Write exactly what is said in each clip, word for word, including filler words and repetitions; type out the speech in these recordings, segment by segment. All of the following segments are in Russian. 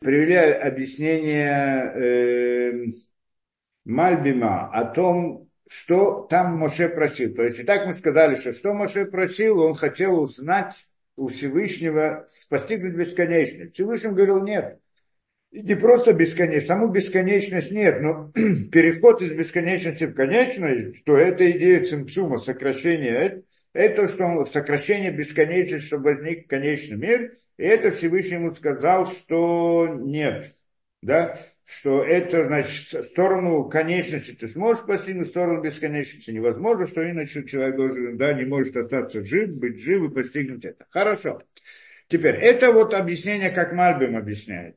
привели объяснение э, Мальбима о том, что там Моше просил. То есть, и так мы сказали, что что Моше просил, он хотел узнать у Всевышнего, постигнуть бесконечность. Всевышний говорил, нет. И не просто бесконечность, саму бесконечность нет, но переход из бесконечности в конечность, что это идея цимцума, сокращения, это, это что он, сокращение бесконечности, чтобы возник конечный мир, и это Всевышнему сказал, что нет, да, что это, значит, в сторону конечности ты сможешь постигнуть, в сторону бесконечности невозможно, что иначе человек должен, да, не может остаться жив, быть жив и постигнуть это. Хорошо. Теперь, это вот объяснение, как Мальбим объясняет.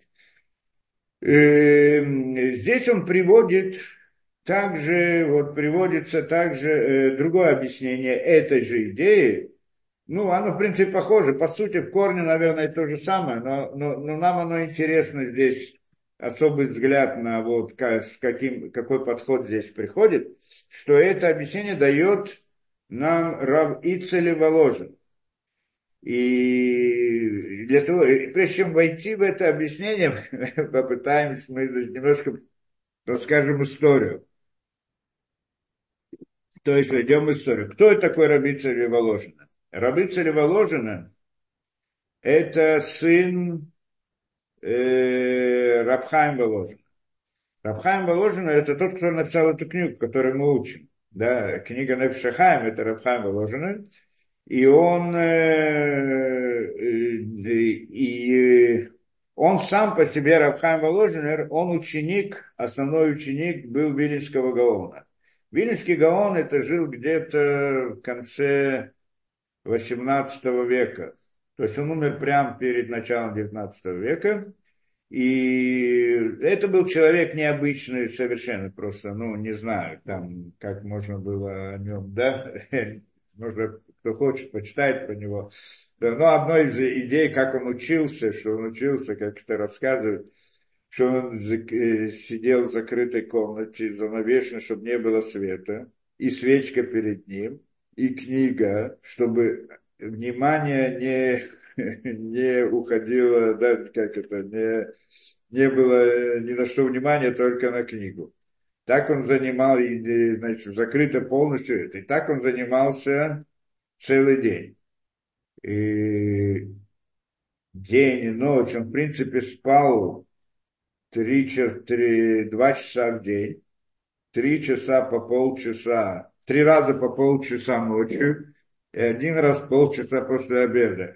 Здесь он приводит также, вот приводится также э, другое объяснение этой же идеи. Ну, оно, в принципе, похоже. По сути, в корне, наверное, то же самое, но, но, но нам оно интересно здесь, особый взгляд на вот как, с каким, какой подход здесь приходит, что это объяснение дает нам Рав Ицель Воложин. И для того, прежде чем войти в это объяснение, попытаемся, мы немножко расскажем историю. То есть войдем в историю. Кто это такой Раби Царева Воложина? Раби Царева Воложина – это сын э, Рабхаим Воложина. Рабхаим Воложина – это тот, кто написал эту книгу, которую мы учим. Да, книга Нефеш Хаим – это Рабхаим Воложина. И он, э, и, и он сам по себе, Рабхаим Воложенер, он ученик, основной ученик был Виленского Гаона. Виленский Гаон это жил где-то в конце восемнадцатого века. То есть он умер прямо перед началом девятнадцатого века. И это был человек необычный совершенно, просто, ну, не знаю, там, как можно было о нем, да, можно, кто хочет, почитает про него. Да, но одной из идей, как он учился, что он учился, как это рассказывают, что он сидел в закрытой комнате, занавешен, чтобы не было света, и свечка перед ним, и книга, чтобы внимание не, не уходило, да, как это, не, не было ни на что внимания, только на книгу. Так он занимал, значит, закрыто полностью это. И так он занимался целый день. И день и ночь. Он, в принципе, спал три часа, три, два часа в день, три часа по полчаса, три раза по полчаса ночью и один раз полчаса после обеда.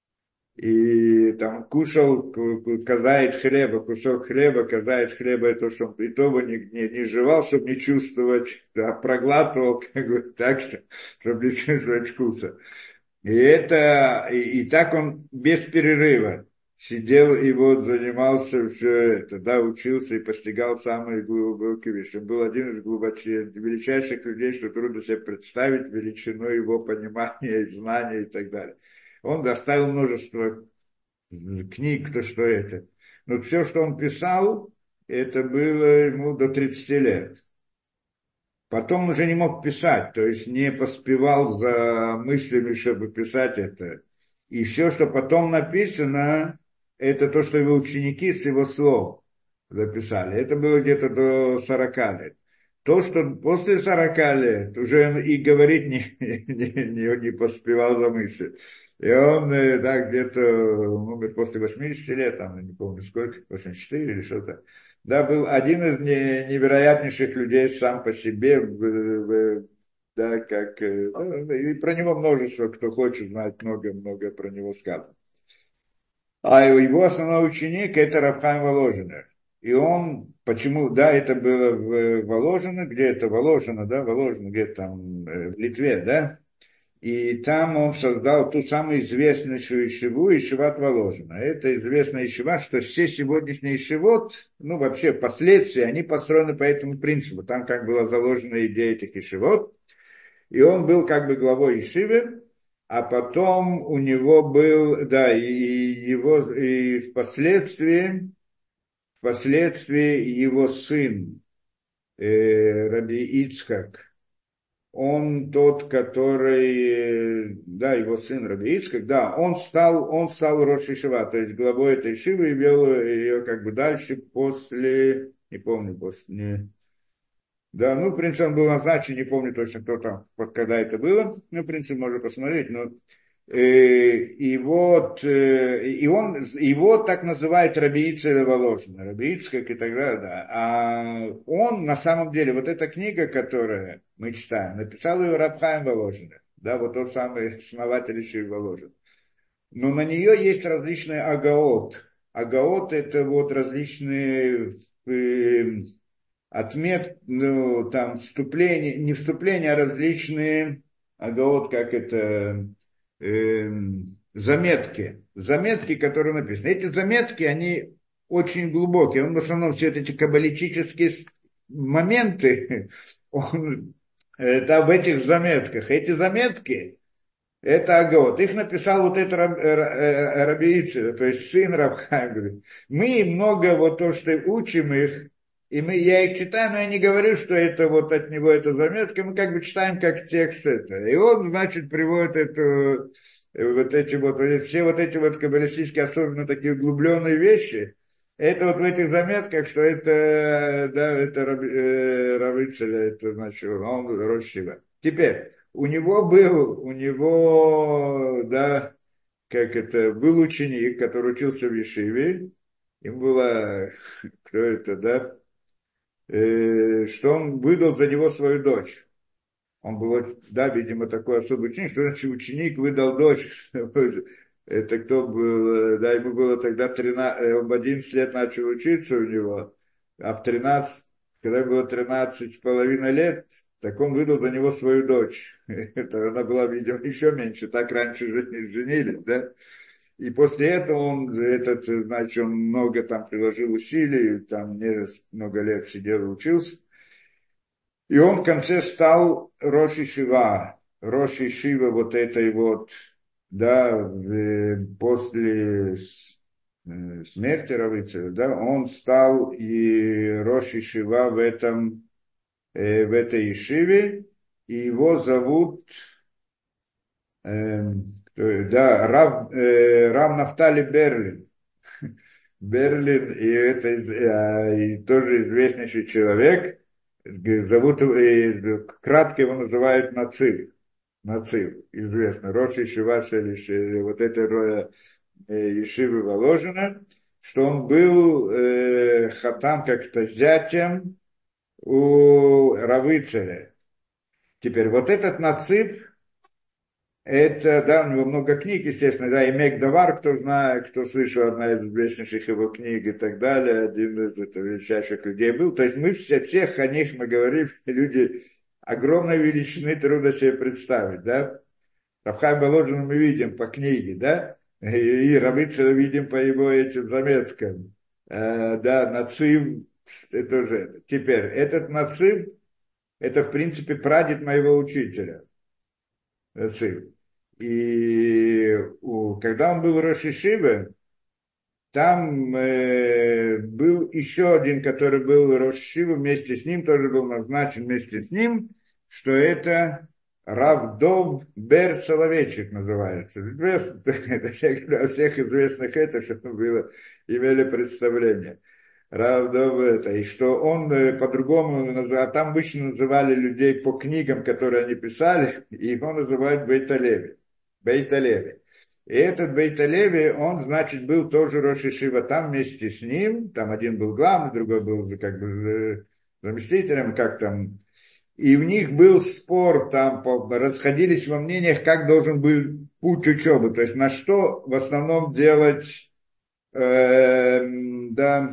И там кушал казаит хлеба, кусок хлеба, казаит хлеба, это чтобы и то бы не, не, не жевал, чтобы не чувствовать, а проглатывал, как бы, так что, чтобы не чувствовать вкуса. И это, и, и так он без перерыва сидел и вот занимался все это, да, учился и постигал самые глубокие вещи. Он был один из глубочайших, величайших людей, что трудно себе представить величину его понимания, знания и так далее. Он доставил множество книг, то что это. Но все, что он писал, это было ему до тридцати лет. Потом уже не мог писать, то есть не поспевал за мыслями, чтобы писать это. И все, что потом написано, это то, что его ученики с его слов записали. Это было где-то до сорока лет. То, что после сорока лет уже он и говорить не, не, не, не поспевал за мыслью. И он, да, где-то умер после восьмидесяти лет, там, не помню сколько, восемьдесят четыре или что-то. Да, был один из невероятнейших людей сам по себе, да, как, да, и про него множество, кто хочет знать, много-много про него сказано. А его основной ученик это Рабхаим Воложенер. И он, почему, да, это было в Воложено, где это Воложено, да, Воложено, где там, в Литве, да, и там он создал ту самую известную ешиву, ешиват Воложено. Это известная ешива, что все сегодняшние ешивот, ну вообще впоследствии, они построены по этому принципу. Там как была заложена идея этих ешивот. И он был как бы главой ешивы, а потом у него был, да, и его, и впоследствии, впоследствии его сын, э, Раби Ицхак, он тот, который, да, его сын Раби Ицхак, да, он стал, он стал Рош Ишива, то есть главой этой Шивы и вел ее как бы дальше после, не помню, после, не, да, ну, в принципе, он был назначен, не помню точно, кто там, вот когда это было, ну, в принципе, можно посмотреть, но э, и вот, э, и он, его так называют Раби Ицхак Воложина, Раби Ицхак и так далее, да, а он, на самом деле, вот эта книга, которую мы читаем, написал ее Рав Хаим Воложин, да, вот тот самый основатель Ишив Воложин, но на нее есть различные агаот, агаот это вот различные э, отмет, ну, там, вступление, не вступления, а различные, ага, вот как это, эм, заметки, заметки, которые написаны. Эти заметки, они очень глубокие, он в основном все эти каббалистические моменты, он, это в этих заметках. Эти заметки, это Агот. Их написал вот этот раб, э, э, Раби Ицхак, то есть сын Рабхайма. Говорит, мы много вот то, что учим их, и мы, я их читаю, но я не говорю, что это вот от него эта заметка, мы как бы читаем как текст это. И он, значит, приводит эту, э, вот эти вот, вот все вот эти вот каббалистические, особенно такие углубленные вещи, это вот в этих заметках, что это, да, это Раби, э, Раби Ицхак, это значит, он Рош Шива. Теперь, у него был, у него, да, как это, был ученик, который учился в Ешиве, им было, кто это, да, э, что он выдал за него свою дочь. Он был, да, видимо, такой особый ученик, что значит ученик выдал дочь. Это кто был, да, ему было тогда тринадцать, он в одиннадцать лет начал учиться у него, а в тринадцать, когда было тринадцать с половиной лет, так он выдал за него свою дочь. Это она была, видимо, еще меньше, так раньше женили, да. И после этого он, этот, значит, он много там приложил усилий, там много лет сидел и учился. И он в конце стал Рош Ишива, Рош Ишива вот этой вот, да, э, после э, смерти Равыцева, да, он стал и Рош Ишива в этом, э, в этой Ишиве, и его зовут, э, кто- да, Рав, э, Рав Нафтали Берлин. Берлин, и это э, и тоже известнейший человек, зовут его, и кратко его называют Нацив, Нацив, известно, Рош Ишива Шелиш, вот это роя Ешивы Воложина, что он был э, хатам как-то зятем у Равыцеля. Теперь вот этот Нацив, это, да, у него много книг, естественно, да, и Мег Давар, кто знает, кто слышал, одна из известнейших его книг и так далее, один из это, величайших людей был. То есть мы все, всех о них мы говорим, люди огромной величины, трудно себе представить, да. Рав Хаим Воложина мы видим по книге, да, и, и Равыцеля видим по его этим заметкам. Э, да, Нацим, это же это. Теперь, этот Нацим, это, в принципе, прадед моего учителя. Нацим. И у, когда он был в Рош Ешиве, там э, был еще один, который был в Рош Ешиве вместе с ним, тоже был назначен вместе с ним, что это Рав Дов Бер Соловейчик называется. Известно, это я говорю о всех известных это, чтобы было, имели представление. Рав Дов это, и что он э, по-другому называл, там обычно называли людей по книгам, которые они писали, и его называют Бейталеви. Бейталеви. И этот Бейталеви, он, значит, был тоже Рош Ешива там вместе с ним. Там один был главный, другой был как бы заместителем, как там. И у них был спор, там расходились во мнениях, как должен был путь учебы. То есть на что в основном делать, э, да,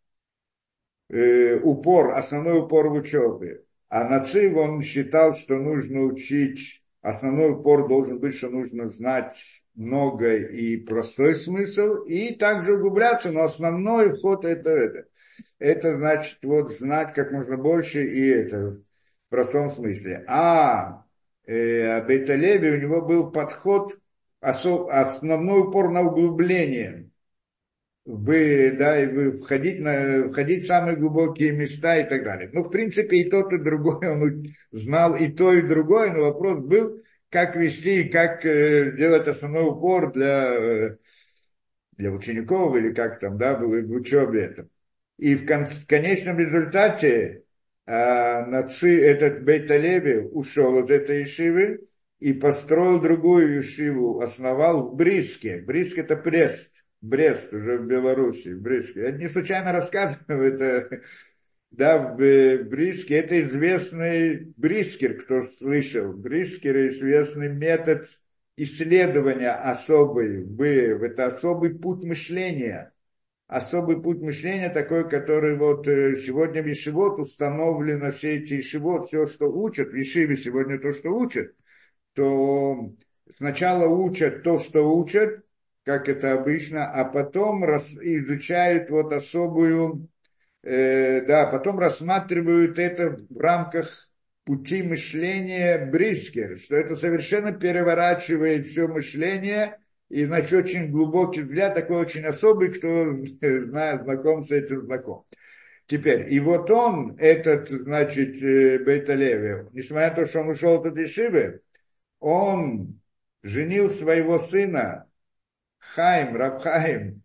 э, упор, основной упор в учебе. А Нацив, он считал, что нужно учить, основной упор должен быть, что нужно знать много и простой смысл, и также углубляться, но основной вход это это. Это значит вот знать как можно больше и это в простом смысле. А э, Бейталеви, у него был подход, особ, основной упор на углубление. вы, да, и вы входить, на, входить в самые глубокие места и так далее. Ну, в принципе, и тот, и другой, он знал и то, и другое, но вопрос был, как вести и как э, делать основной упор для, э, для учеников, или как там, да, в, в учебе это. И в, кон, в конечном результате э, наци, этот Бейт Алеви ушел из этой ешивы и построил другую ешиву, основал в Бриске. Бриск это Брест. Брест, уже в Беларуси, в Бриске. Я не случайно рассказываю, это, да, в Бриске, это известный Брискер, кто слышал. Брискер — известный метод исследования особый, в, это особый путь мышления. Особый путь мышления такой, который вот сегодня в Ешивот установлено, все эти Ешивот, все, что учат, в Ешиве сегодня то, что учат, то сначала учат то, что учат, как это обычно, а потом рас, изучают вот особую, э, да, потом рассматривают это в рамках пути мышления Брискер, что это совершенно переворачивает все мышление, и, значит, очень глубокий взгляд, такой очень особый, кто знает, знаком с этим, знаком. Теперь, и вот он, этот, значит, Бейт Алеви, несмотря на то, что он ушел от Ешивы, он женил своего сына Хаим, Рабхаим,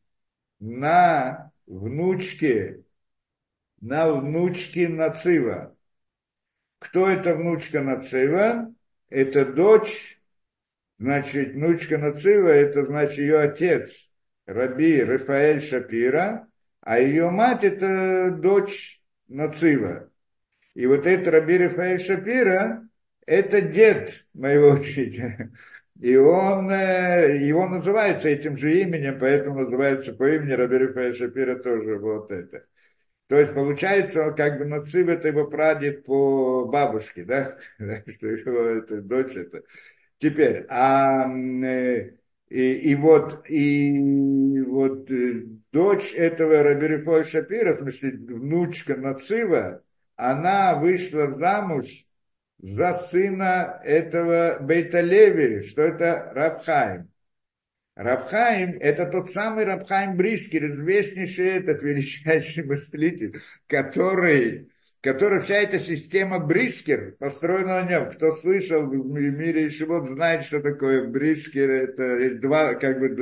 на внучке, на внучке Нацива. Кто это внучка Нацива? Это дочь, значит, внучка Нацива, это значит ее отец, Раби Рафаэль Шапира, а ее мать это дочь Нацива. И вот этот Раби Рафаэль Шапира, это дед моего учителя. И он, его называется этим же именем, поэтому называется по имени Раби Рафаэль Шапира тоже вот это. То есть получается, он как бы Нацив это его прадед по бабушке, да, что его это дочь это. Теперь, а, и, и вот, и вот дочь этого Раби Рафаэля Шапира, в смысле внучка Нацива, она вышла замуж за сына этого Бейт Алеви, что это Рабхаим. Рабхаим — это тот самый Рабхаим Брискер, известнейший этот величайший мыслитель, который, который вся эта система Брискер построена на нем. Кто слышал в мире Ешивот, знает, что такое Брискер. Это есть два, как бы,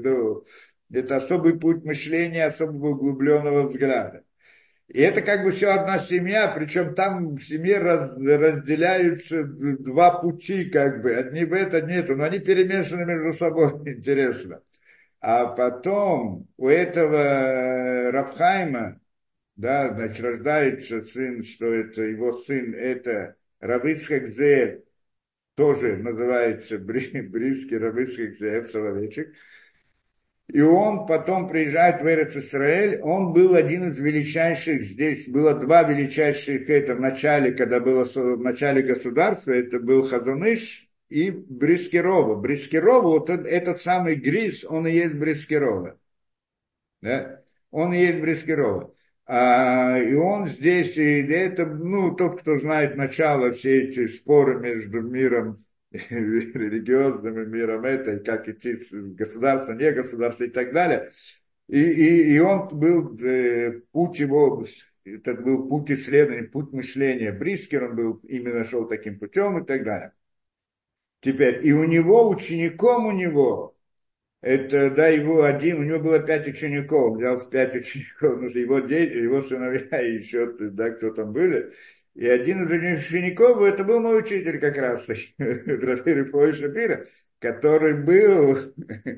это особый путь мышления, особого углубленного взгляда. И это как бы все одна семья, причем там в семье раз, разделяются два пути, как бы, одни в это, одни это, но они перемешаны между собой, интересно. А потом у этого Рабхайма, да, значит, рождается сын, что это его сын, это Рав Ицхак Зеев, тоже называется Бриски Рав Ицхак Зеев, Соловейчик. И он потом приезжает в Эрец-Исраэль, он был один из величайших, здесь было два величайших, это в начале, когда было в начале государства, это был Хазаныш и Брискирова. Брискирова, вот этот самый Грис, он и есть Брискирова. Да? Он и есть Брискирова. А, и он здесь, и это, ну, тот, кто знает начало, все эти споры между миром, религиозным миром, это, и как идти с государством, не государство и так далее. И, и, и он был, э, путь его, это был путь исследования, путь мышления. Брискер, он был, именно шел таким путем и так далее. Теперь, и у него, учеником у него, это, да, его один, у него было пять учеников, он взял пять учеников, ну, его дети, его сыновья и еще, да, кто там были. И один из учеников, это был мой учитель как раз, Раби Рафаэль Шапира, который был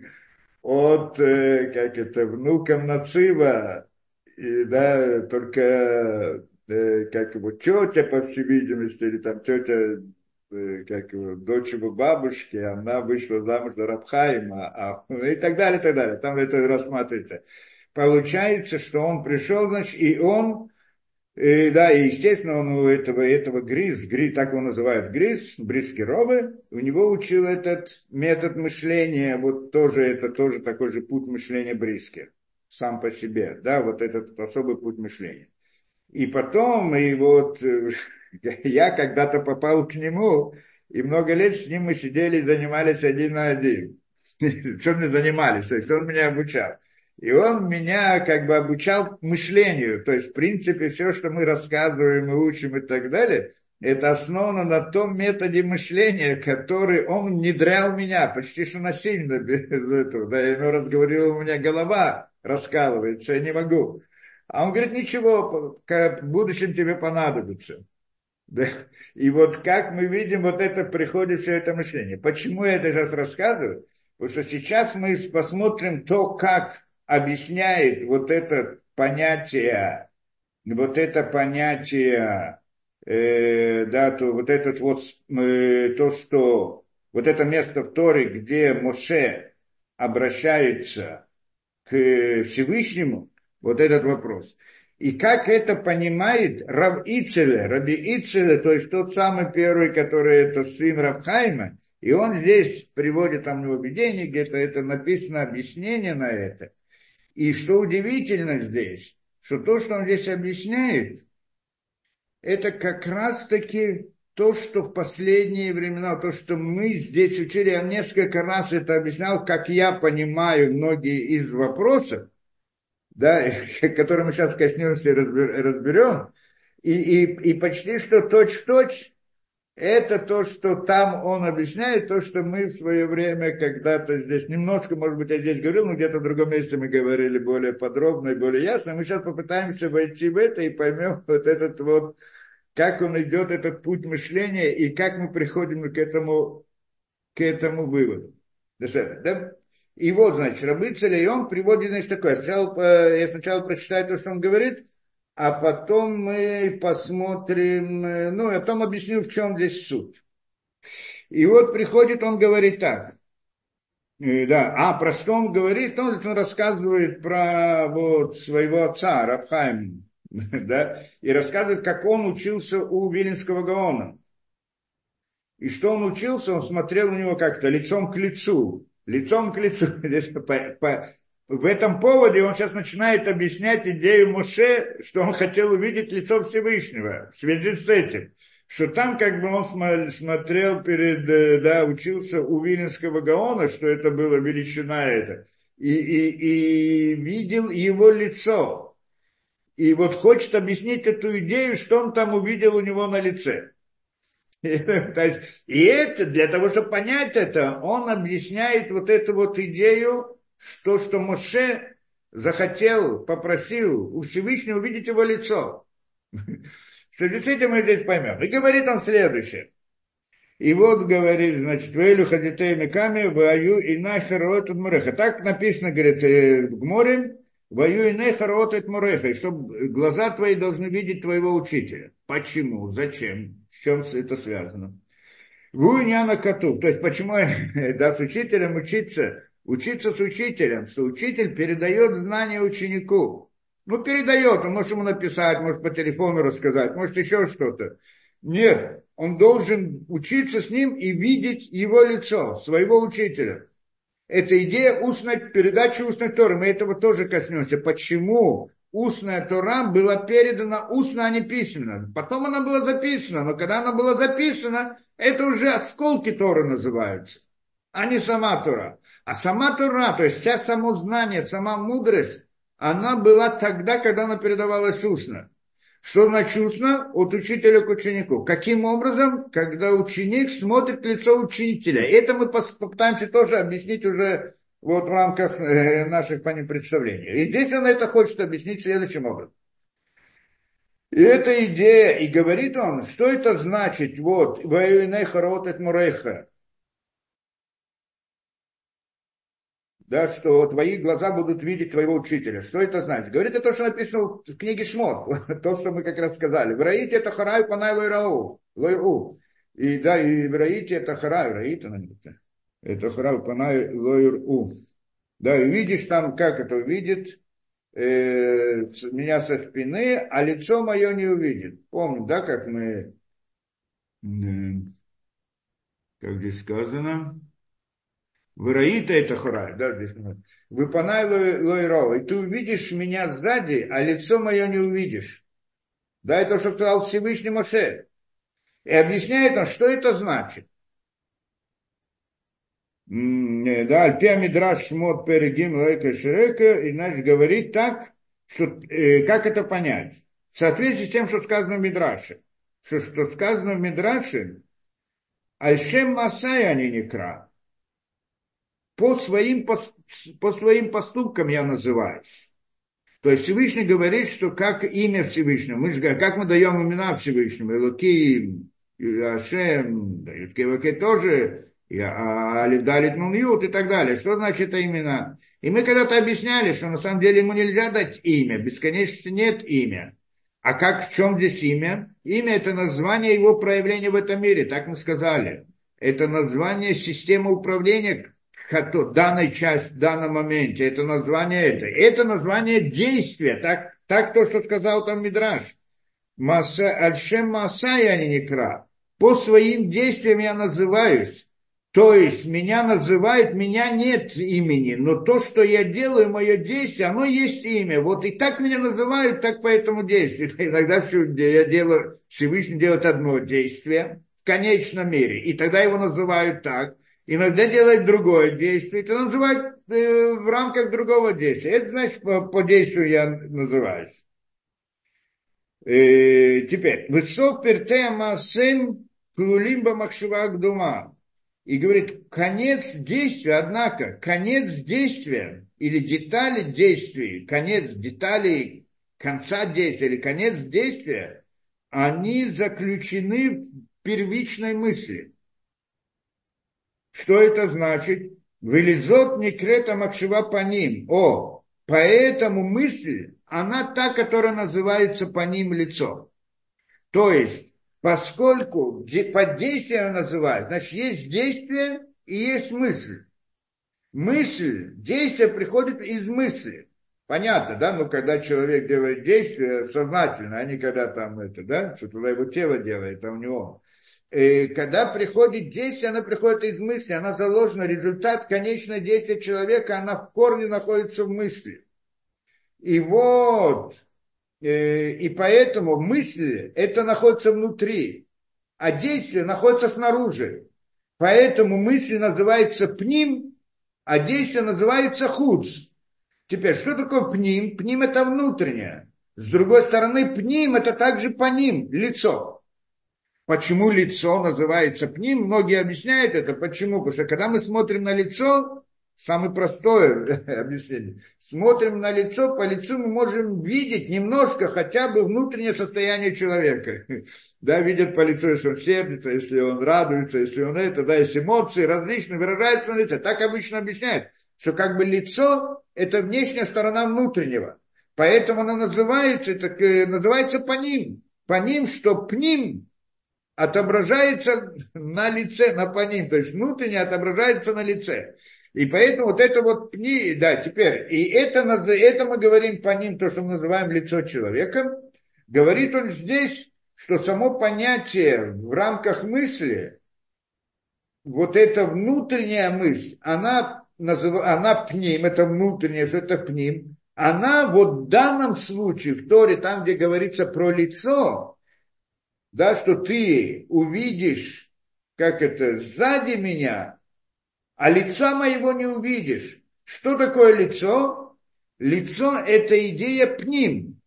от, как это, внуком Нацива, и, да, только, как его, тетя, по всей видимости, или там тетя, как его, дочь его бабушки, она вышла замуж за Рабхаима, а, и так далее, и так далее. Там это рассматривается. Получается, что он пришел, значит, и он, и, да, и естественно, он у этого, этого Грис, Грис, так его называют, Грис, Брискеровы, у него учил этот метод мышления, вот тоже, это тоже такой же путь мышления Брискер, сам по себе, да, вот этот особый путь мышления. И потом, и вот я когда-то попал к нему, и много лет с ним мы сидели и занимались один на один. Что мы занимались, что он меня обучал. И он меня как бы обучал мышлению. То есть, в принципе, все, что мы рассказываем и учим и так далее, это основано на том методе мышления, который он внедрял меня, почти что насильно без этого. Да, я ему раз говорил, у меня голова раскалывается, я не могу. А он говорит, ничего, в будущем тебе понадобится. Да. И вот как мы видим, вот это приходит все это мышление. Почему я это сейчас рассказываю? Потому что сейчас мы посмотрим то, как объясняет вот это понятие, вот это понятие, э, да, то, вот этот вот, э, то, что, вот это место в Торе, где Моше обращается к Всевышнему, вот этот вопрос. И как это понимает Рав Ицеле, Раби Ицеле, то есть тот самый первый, который это сын Рабхайма, и он здесь приводит там в видение, где-то это написано, объяснение на это. И что удивительно здесь, что то, что он здесь объясняет, это как раз-таки то, что в последние времена, то, что мы здесь учили, я несколько раз это объяснял, как я понимаю многие из вопросов, да, которые мы сейчас коснемся и разберем, и, и, и почти что точь-в-точь, это то, что там он объясняет, то, что мы в свое время когда-то здесь, немножко, может быть, я здесь говорил, но где-то в другом месте мы говорили более подробно и более ясно. Мы сейчас попытаемся войти в это и поймем вот этот вот, как он идет, этот путь мышления, и как мы приходим к этому, к этому выводу. Да? И вот, значит, Рабби Ицеле, и он приводит, значит, такое. Сначала, я сначала прочитаю то, что он говорит, а потом мы посмотрим, ну, я потом объясню, в чем здесь суть. И вот приходит, он говорит так. И, да, а про что он говорит? Он, он рассказывает про вот, своего отца, Рабхайм, да, и рассказывает, как он учился у Виленского Гаона. И что он учился, он смотрел у него как-то лицом к лицу. Лицом к лицу. По, по, в этом поводе он сейчас начинает объяснять идею Моше, что он хотел увидеть лицо Всевышнего в связи с этим. Что там как бы он смотрел перед, да, учился у Виленского Гаона, что это была величина это, и, и, и видел его лицо. И вот хочет объяснить эту идею, что он там увидел у него на лице. И это, для того, чтобы понять это, он объясняет вот эту вот идею, что, что Моше захотел, попросил у Всевышнего увидеть его лицо. В связи с этим мы здесь поймем. И говорит он следующее. И вот говорит, значит, «Вейлю хадитей меками, ваю и нахароот от муреха». Так написано, говорит, в Гморе, «Ваю и нахароот от муреха», и чтобы глаза твои должны видеть твоего учителя. Почему? Зачем? С чем это связано? Вуйняна коту. То есть, почему да, с учителем учиться? Учиться с учителем, что учитель передает знания ученику. Ну, передает, он может ему написать, может по телефону рассказать, может еще что-то. Нет, он должен учиться с ним и видеть его лицо, своего учителя. Это идея устной, передачи устной Торы. Мы этого тоже коснемся. Почему устная Тора была передана устно, а не письменно? Потом она была записана, но когда она была записана, это уже осколки Торы называются, а не сама Тора. А сама Тора, то есть вся само знание, сама мудрость, она была тогда, когда она передавалась устно. Что значит устно? От учителя к ученику. Каким образом? Когда ученик смотрит лицо учителя. Это мы попытаемся тоже объяснить уже вот в рамках наших по ним представлений. И здесь он это хочет объяснить следующим образом. И эта идея, и говорит он, что это значит, вот, «Ваюинеха роотет мурейха», да, что твои глаза будут видеть твоего учителя. Что это значит? Говорит, это то, что написано в книге Шмот, то, что мы как раз сказали. В Раите это харай панай лойрау, лойру. И да, и в Раите это харай, Раите, это харай панай лойру. Да, и видишь там, как это увидит, э, меня со спины, а лицо мое не увидит. Помню, да, как мы, э, как здесь сказано, вы раита это хора, да, здесь вы панай лойрова, и ты увидишь меня сзади, а лицо мое не увидишь. Да, это что сказал Всевышний Моше. И объясняет нам, что это значит. м, э, да, Альпия Мидраш Шмот Перегим Лайка Шрека, и значит говорит так, что, э, как это понять? В соответствии с тем, что сказано в Мидраше. Что, что сказано в Мидраше, Альшем Масай они не кра. По своим, по, по своим поступкам я называюсь. То есть Всевышний говорит, что как имя Всевышнего, мы же, как мы даем имена Всевышнему, Элоким, Ашем, Юткеваке тоже, Алиф Далит Нун Ют и так далее. Что значит это имена? И мы когда-то объясняли, что на самом деле ему нельзя дать имя, бесконечно нет имя. А как, в чем здесь имя? Имя – это название его проявления в этом мире, так мы сказали. Это название системы управления данной части, в данном моменте. Это название это. Это название действия. Так, так то, что сказал там Мидраш. Альшем Масай они не кра. По своим действиям я называюсь. То есть меня называют, меня нет имени, но то, что я делаю, мое действие, оно есть имя. Вот и так меня называют, так по этому действию. Иногда я делаю, Всевышний делает одно действие в конечном мире, и тогда его называют так. Иногда делает другое действие, это называют э, в рамках другого действия. Это значит, по, по действию я называюсь. Э, теперь, высов перте масым клулимба махшивак дума. И говорит, конец действия, однако, конец действия или детали действий, конец деталей конца действия или конец действия, они заключены в первичной мысли. Что это значит? Вылезот некрета макшива по ним. О, поэтому мысль, она та, которая называется по ним лицо. То есть, поскольку под действием называют, значит, есть действие и есть мысль. Мысль, действие приходит из мысли. Понятно, да? Ну, когда человек делает действие сознательно, а не когда там это, да, что-то его тело делает, а у него. И когда приходит действие, оно приходит из мысли, она заложена, результат, конечное действие человека, она в корне находится в мысли. И вот, и поэтому мысль, это находится внутри, а действие находится снаружи. Поэтому мысль называется пним, а действие называется худж. Теперь, что такое пним? Пним – это внутреннее. С другой стороны, пним – это также паним, лицо. Почему лицо называется пним? Многие объясняют это. Почему? Потому что когда мы смотрим на лицо, самое простое объяснение, смотрим на лицо, по лицу мы можем видеть немножко хотя бы внутреннее состояние человека. Да, видят по лицу, если он сердится, если он радуется, если он это, да, есть эмоции различные, выражаются на лице. Так обычно объясняют, что как бы лицо – это внешняя сторона внутреннего. Поэтому оно называется, так, называется паним. Паним, что пним отображается на лице, на паним, то есть внутренне отображается на лице. И поэтому вот это вот пни, да, теперь, и это, это мы говорим паним, то, что мы называем лицо человека, говорит он здесь, что само понятие в рамках мысли, вот эта внутренняя мысль, она, назыв, она пним, это внутреннее, что это пним, она вот в данном случае, в Торе, там, где говорится про лицо, да, что ты увидишь, как это, сзади меня, а лица моего не увидишь. Что такое лицо? Лицо – это идея пним.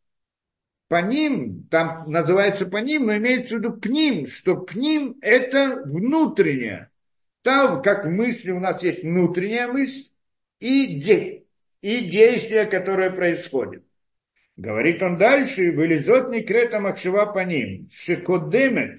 Паним, там называется паним, но имеется в виду пним, что пним – это внутреннее. Там, как в мысли, у нас есть внутренняя мысль и, де, и действие, которое происходит. Говорит он дальше, вылезет некрета махшива по ним, шикодемет,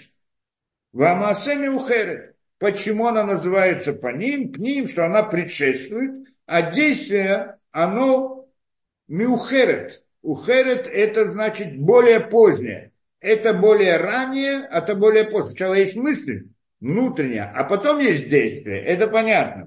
вамасеми ухерет. Почему она называется по ним, пним, что она предшествует, а действие, оно миухерет. Ухерет это значит более позднее. Это более раннее, а это более позднее. Сначала есть мысль внутренняя, а потом есть действие. Это понятно.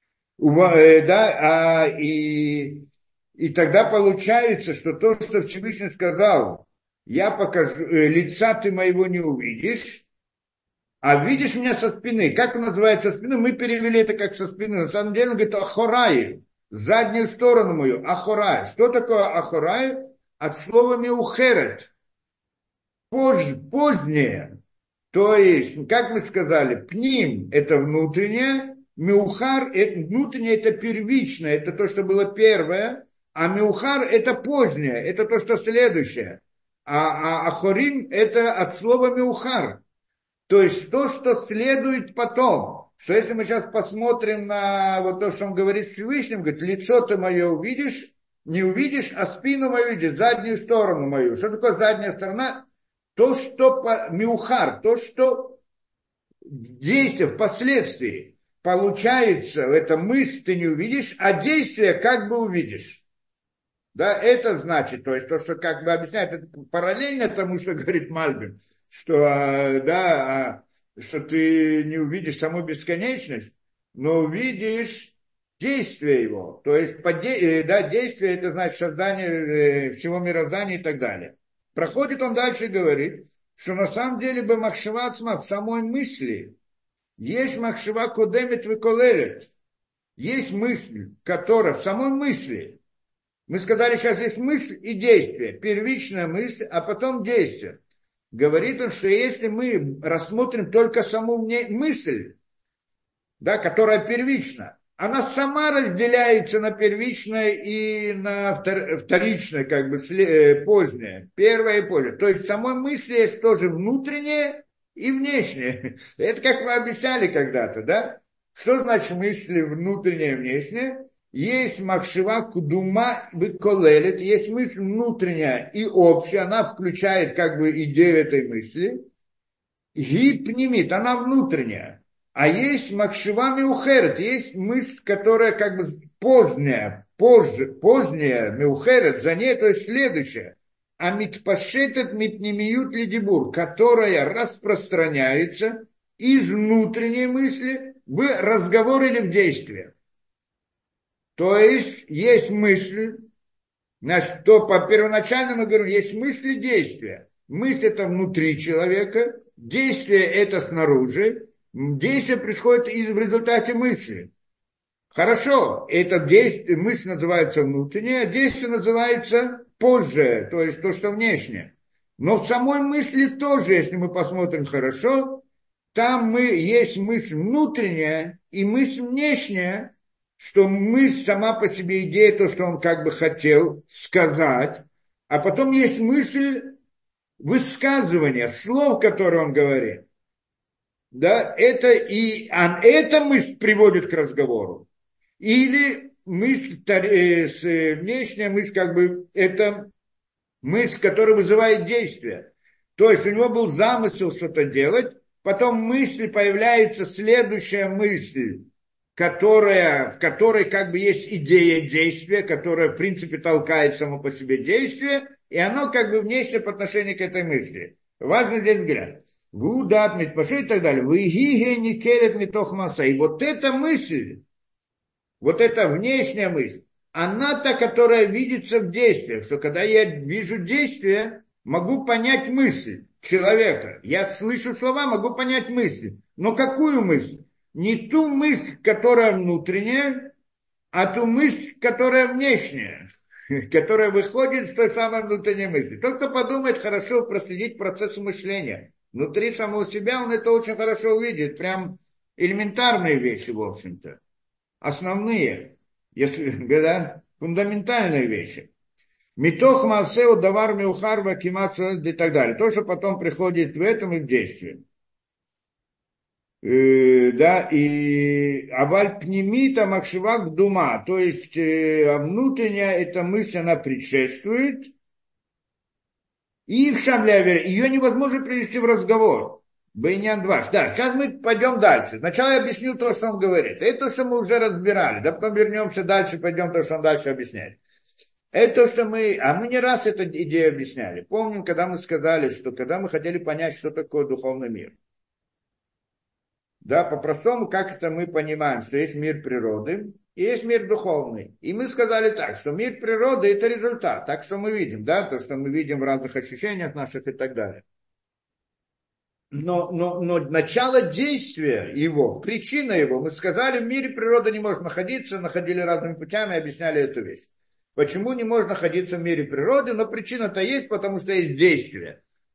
Да, а, и... И тогда получается, что то, что Всевышний сказал, я покажу, э, лица ты моего не увидишь, а видишь меня со спины. Как он называется со спины? Мы перевели это как со спины. На самом деле он говорит ахорай, заднюю сторону мою, ахорай. Что такое ахорай? От слова миухерет. Позже, позднее. То есть, как мы сказали, пним – это внутреннее, Меухар, это, внутреннее это первичное, это то, что было первое, а меухар это позднее, это то, что следующее. А, а ахорим это от слова меухар. То есть то, что следует потом. Что если мы сейчас посмотрим на вот то, что он говорит с Всевышним, говорит, лицо ты мое увидишь, не увидишь, а спину мою видишь, заднюю сторону мою. Что такое задняя сторона? То, что по, миухар, то, что действие впоследствии получается, эта мысль ты не увидишь, а действие как бы увидишь. Да, это значит, то есть то, что как бы объясняет, это параллельно тому, что говорит Мальбим, что, да, что ты не увидишь саму бесконечность, но увидишь действие его. То есть, да, действие это значит создание всего мироздания и так далее. Проходит он дальше и говорит, что на самом деле бы махшевацма в самой мысли есть махшева кодемет веколелет. Есть мысль, которая в самой мысли. Мы сказали, сейчас есть мысль и действие. Первичная мысль, а потом действие. Говорит он, что если мы рассмотрим только саму мысль, да, которая первична, она сама разделяется на первичное и на вторичное, как бы позднее. Первое и позднее. То есть в самой мысли есть тоже внутреннее и внешнее. Это как мы объясняли когда-то, да? Что значит мысли внутреннее и внешнее? Есть махшива кудума беколелет, есть мысль внутренняя и общая, она включает как бы идею этой мысли. Гипнимит, она внутренняя. А есть махшива меухерет, есть мысль, которая как бы поздняя, позже, поздняя меухерет, за ней, то есть следующая. А митпашетет митнемиют лидибур, которая распространяется из внутренней мысли в разговор или в действие. То есть, есть мысль, значит, то по первоначальному мы говорим, есть мысль и действие. Мысль это внутри человека, действие это снаружи, действие происходит из, в результате мысли. Хорошо, это действие, мысль называется внутренняя, а действие называется позже, то есть то, что внешнее. Но в самой мысли тоже, если мы посмотрим хорошо, там мы, есть мысль внутренняя и мысль внешняя, что мысль сама по себе идея, то, что он как бы хотел сказать, а потом есть мысль высказывания, слов, которые он говорит. Да, это и а эта мысль приводит к разговору. Или мысль, э, внешняя мысль, как бы, это мысль, которая вызывает действие. То есть у него был замысел что-то делать, потом мысль появляется, следующая мысль, которая, в которой как бы есть идея действия, которая в принципе толкает само по себе действие, и оно как бы внешне по отношению к этой мысли. Важно здесь взгляд. Гудат, митпаши и так далее. Выгиге не келет митох маса. И вот эта мысль, вот эта внешняя мысль, она та, которая видится в действиях, что когда я вижу действие, могу понять мысль человека. Я слышу слова, могу понять мысль. Но какую мысль? Не ту мысль, которая внутренняя, а ту мысль, которая внешняя, которая выходит с той самой внутренней мысли. Тот, кто подумает хорошо проследить процесс мышления, внутри самого себя, он это очень хорошо увидит. Прям элементарные вещи, в общем-то. Основные, если, да, фундаментальные вещи. Митох маасеу давар меухар вакимат и так далее. То, что потом приходит в этом и в действии. Э, да, и аваль пнемита махшивак дума, то есть э, внутренняя эта мысль, она предшествует, и в шамлявер, ее невозможно привести в разговор. Бейнян два. Да, сейчас мы пойдем дальше. Сначала я объясню то, что он говорит. Это то, что мы уже разбирали. Да потом вернемся дальше, пойдем то, что он дальше объясняет. Это то, что мы... А мы не раз эту идею объясняли. Помним, когда мы сказали, что когда мы хотели понять, что такое духовный мир. Да, по-простому, как это мы понимаем, что есть мир природы и есть мир духовный. И мы сказали так, что мир природы – это результат. Так что мы видим, да, то, что мы видим в разных ощущениях наших и так далее. Но, но, но начало действия его, причина его, мы сказали, в мире природы не может находиться, находили разными путями, объясняли эту вещь. Почему не может находиться в мире природы? Но причина-то есть, потому что есть действие.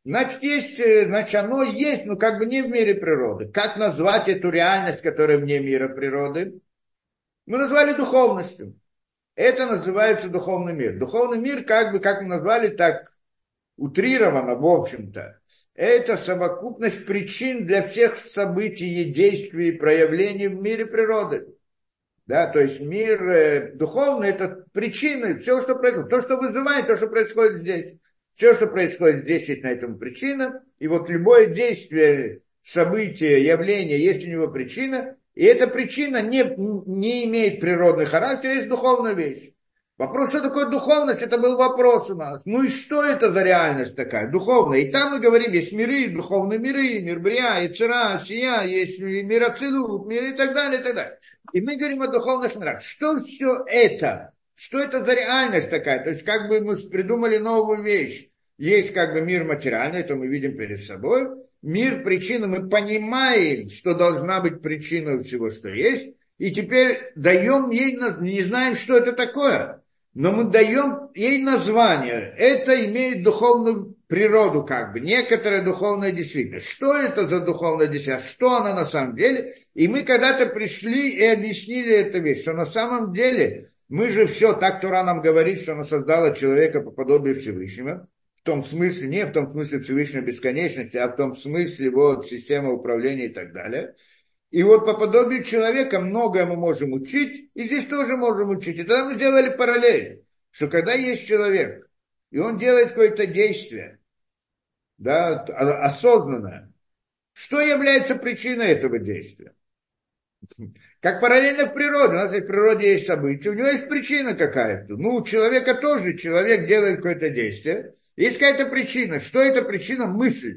Значит, есть, э, значит, оно есть, но как бы не в мире природы. Как назвать эту реальность, которая вне мира природы? Мы назвали духовностью. Это называется духовный мир. Духовный мир, как бы, как мы назвали, так утрированно, в общем-то. Это совокупность причин для всех событий, действий и проявлений в мире природы. Да, то есть мир э, духовный – это причины, все, что происходит. То, что вызывает, то, что происходит здесь. Все, что происходит здесь, есть на этом причина. И вот любое действие, событие, явление, есть у него причина. И эта причина не, не имеет природный характер, есть духовная вещь. Вопрос, что такое духовность, это был вопрос у нас. Ну и что это за реальность такая, духовная? И там мы говорим, есть миры, духовные миры, мир Брия, Ицера, Сия, есть мир Ацилут, мир и так далее, и так далее. И мы говорим о духовных мирах. Что все это? Что это за реальность такая? То есть как бы мы придумали новую вещь. Есть как бы мир материальный, это мы видим перед собой. Мир причины, мы понимаем, что должна быть причина всего, что есть. И теперь даем ей, не знаем, что это такое. Но мы даем ей название. Это имеет духовную природу, как бы, некоторая духовная действительность. Что это за духовная действительность? Что она на самом деле? И мы когда-то пришли и объяснили эту вещь, что на самом деле мы же все, так Тора нам говорит, что она создала человека по подобию Всевышнего. В том смысле, не в том смысле Всевышней бесконечности, а в том смысле вот системы управления и так далее. И вот по подобию человека многое мы можем учить, и здесь тоже можем учить. И тогда мы сделали параллель, что когда есть человек, и он делает какое-то действие, да, осознанное, что является причиной этого действия? Как параллельно в природе. У нас в природе есть события, у него есть причина какая-то. Ну, у человека тоже, человек делает какое-то действие, есть какая-то причина. Что это причина? Мысль.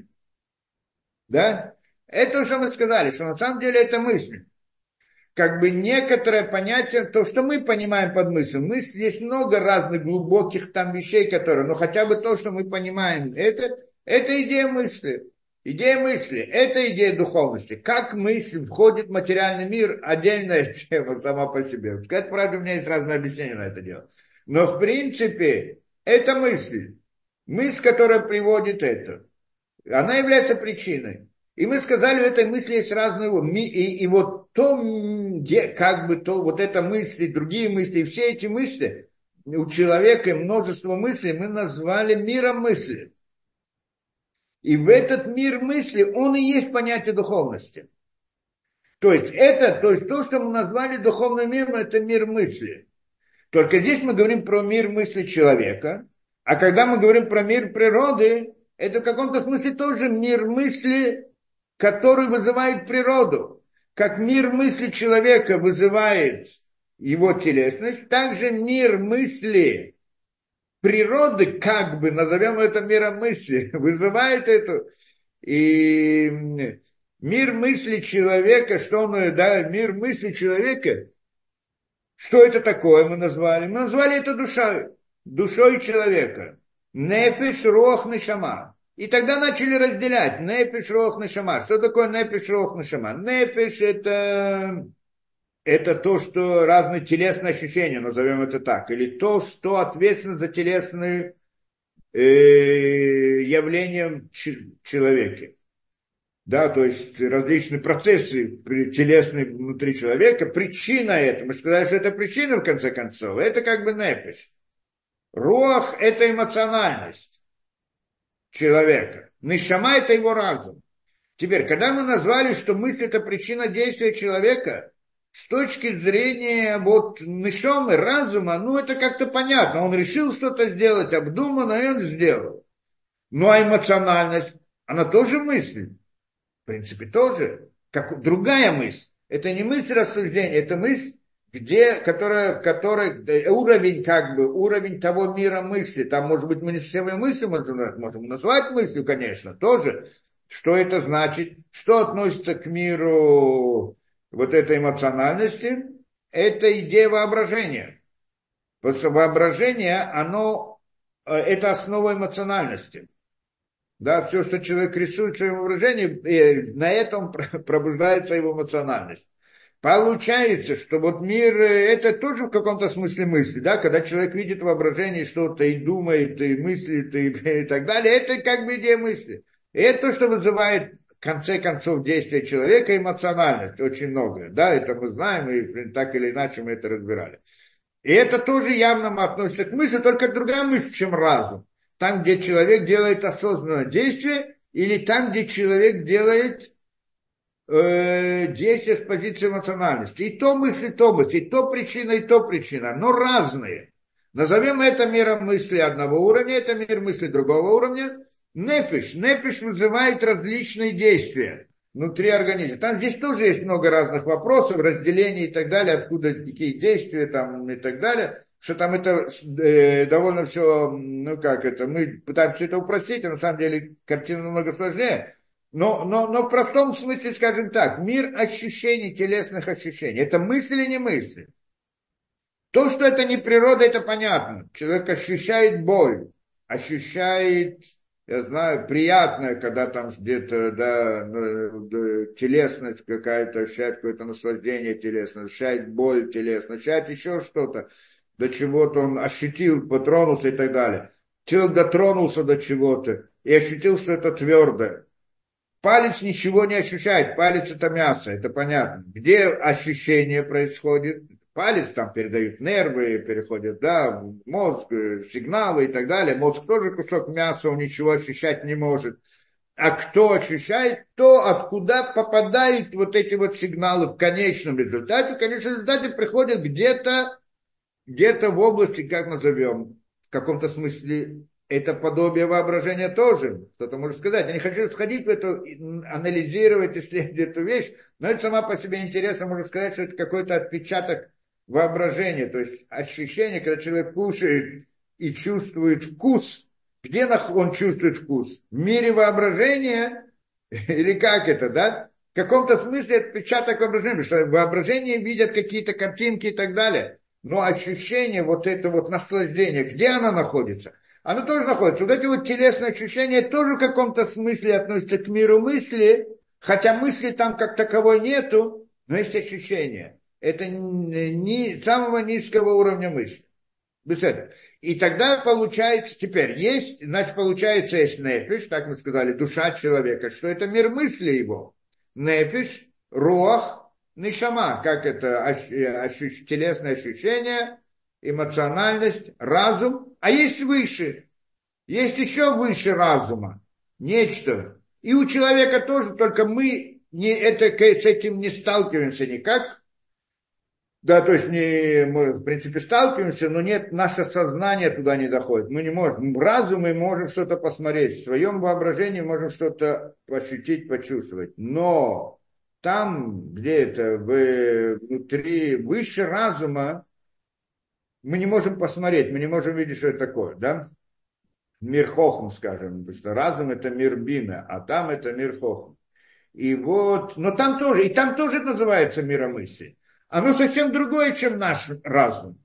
Да? Это то, что мы сказали, что на самом деле это мысль. Как бы некоторое понятие, то, что мы понимаем под мыслью. Мысль, есть много разных глубоких там вещей, которые, но хотя бы то, что мы понимаем, это, это идея мысли. Идея мысли, это идея духовности. Как мысль входит в материальный мир, отдельная тема сама по себе. Сказать правду, у меня есть разные объяснения на это дело. Но в принципе, это мысль. Мысль, которая приводит это. Она является причиной. И мы сказали, в этой мысли есть разные... И, и вот то, где, как бы то, вот эта мысль, другие мысли, все эти мысли, у человека множество мыслей мы назвали миром мысли. И в этот мир мысли, он и есть понятие духовности. То есть это, то есть то, что мы назвали духовным миром, это мир мысли. Только здесь мы говорим про мир мысли человека, а когда мы говорим про мир природы, это в каком-то смысле тоже мир мысли, который вызывает природу. Как мир мысли человека вызывает его телесность, также мир мысли природы, как бы, назовем это миром мысли, вызывает эту. И мир мысли человека, что он, да, мир мысли человека, что это такое мы назвали? Мы назвали это душой, душой человека. Нефеш, рох, нешама. И тогда начали разделять нефеш, рох, нешама. Что такое нефеш, рох, нешама? Нефеш это, это то, что разные телесные ощущения, назовем это так. Или то, что ответственно за телесные э, явления в человеке. Да, то есть различные процессы телесные внутри человека. Причина этого, мы сказали, что это причина в конце концов. Это как бы нефеш. Руах – это эмоциональность человека. Нешама – это его разум. Теперь, когда мы назвали, что мысль – это причина действия человека, с точки зрения вот нешамы, разума, ну это как-то понятно. Он решил что-то сделать, обдуманно, и он сделал. Ну а эмоциональность, она тоже мысль. В принципе, тоже, как другая мысль. Это не мысль рассуждения, это мысль, где, которая, которая, уровень, как бы, уровень того мира мысли. Там, может быть, мы не все мысли можем, можем назвать мыслью, конечно, тоже. Что это значит? Что относится к миру вот этой эмоциональности? Это идея воображения. Потому что воображение, оно, это основа эмоциональности. Да, все, что человек рисует в своем воображении, на этом пробуждается его эмоциональность. Получается, что вот мир, э, это тоже в каком-то смысле мысли, да, когда человек видит воображение что-то и думает, и мыслит, и, и так далее, это как бы идея мысли. И это то, что вызывает в конце концов действия человека эмоциональность, очень многое, да, это мы знаем, и так или иначе мы это разбирали. И это тоже явно относится к мысли, только другая мысль, чем разум. Там, где человек делает осознанное действие, или там, где человек делает э, действия с позиции эмоциональности. И то мысли, то мысли, и то причина, и то причина, но разные. Назовем это миром мысли одного уровня, это мир мысли другого уровня. Нефиш. Нефиш вызывает различные действия внутри организма. Там здесь тоже есть много разных вопросов, разделений и так далее, откуда какие действия там и так далее. Что там это э, довольно все, ну как это, мы пытаемся это упростить, а на самом деле картина намного сложнее. Но, но, но в простом смысле, скажем так, мир ощущений, телесных ощущений. Это мысли или не мысли? То, что это не природа, это понятно. Человек ощущает боль, ощущает, я знаю, приятное, когда там где-то, да, да, телесность какая-то, ощущает какое-то наслаждение телесное, ощущает боль телесную, ощущает еще что-то, до чего-то он ощутил, потронулся и так далее. Человек дотронулся до чего-то и ощутил, что это твердое. Палец ничего не ощущает, палец это мясо, это понятно. Где ощущение происходит? Палец там передают нервы, переходят, да, в мозг, сигналы и так далее. Мозг тоже кусок мяса, он ничего ощущать не может. А кто ощущает, то откуда попадают вот эти вот сигналы в конечном результате. В конечном результате приходят где-то, где-то в области, как назовем, в каком-то смысле, это подобие воображения тоже. Кто-то может сказать, я не хочу сходить в эту, анализировать, исследовать эту вещь, но это сама по себе интересно, можно сказать, что это какой-то отпечаток воображения, то есть ощущение, когда человек кушает и чувствует вкус. Где он чувствует вкус? В мире воображения? Или как это, да? В каком-то смысле отпечаток воображения, потому что воображение видят какие-то картинки и так далее. Но ощущение, вот это вот наслаждение, где оно находится? Оно тоже находится. Вот эти вот телесные ощущения тоже в каком-то смысле относятся к миру мысли, хотя мысли там как таковой нету, но есть ощущения. Это не самого низкого уровня мысли. И тогда получается, теперь есть, значит, получается, есть нефиш, как мы сказали, душа человека, что это мир мысли его. Нефиш, руах, нишама, как это ощущ, телесное ощущение, эмоциональность, разум, а есть выше, есть еще выше разума, нечто. И у человека тоже, только мы не, это, с этим не сталкиваемся никак. Да, то есть не, мы, в принципе, сталкиваемся, но нет, наше сознание туда не доходит. Мы не можем. Разум мы можем что-то посмотреть. В своем воображении можем что-то ощутить, почувствовать. Но там, где это, в, внутри, выше разума, мы не можем посмотреть, мы не можем видеть, что это такое, да? Мир хохм, скажем, потому что разум это мир бина, а там это мир хохм. И вот, но там тоже, и там тоже называется миромыслие. Оно совсем другое, чем наш разум.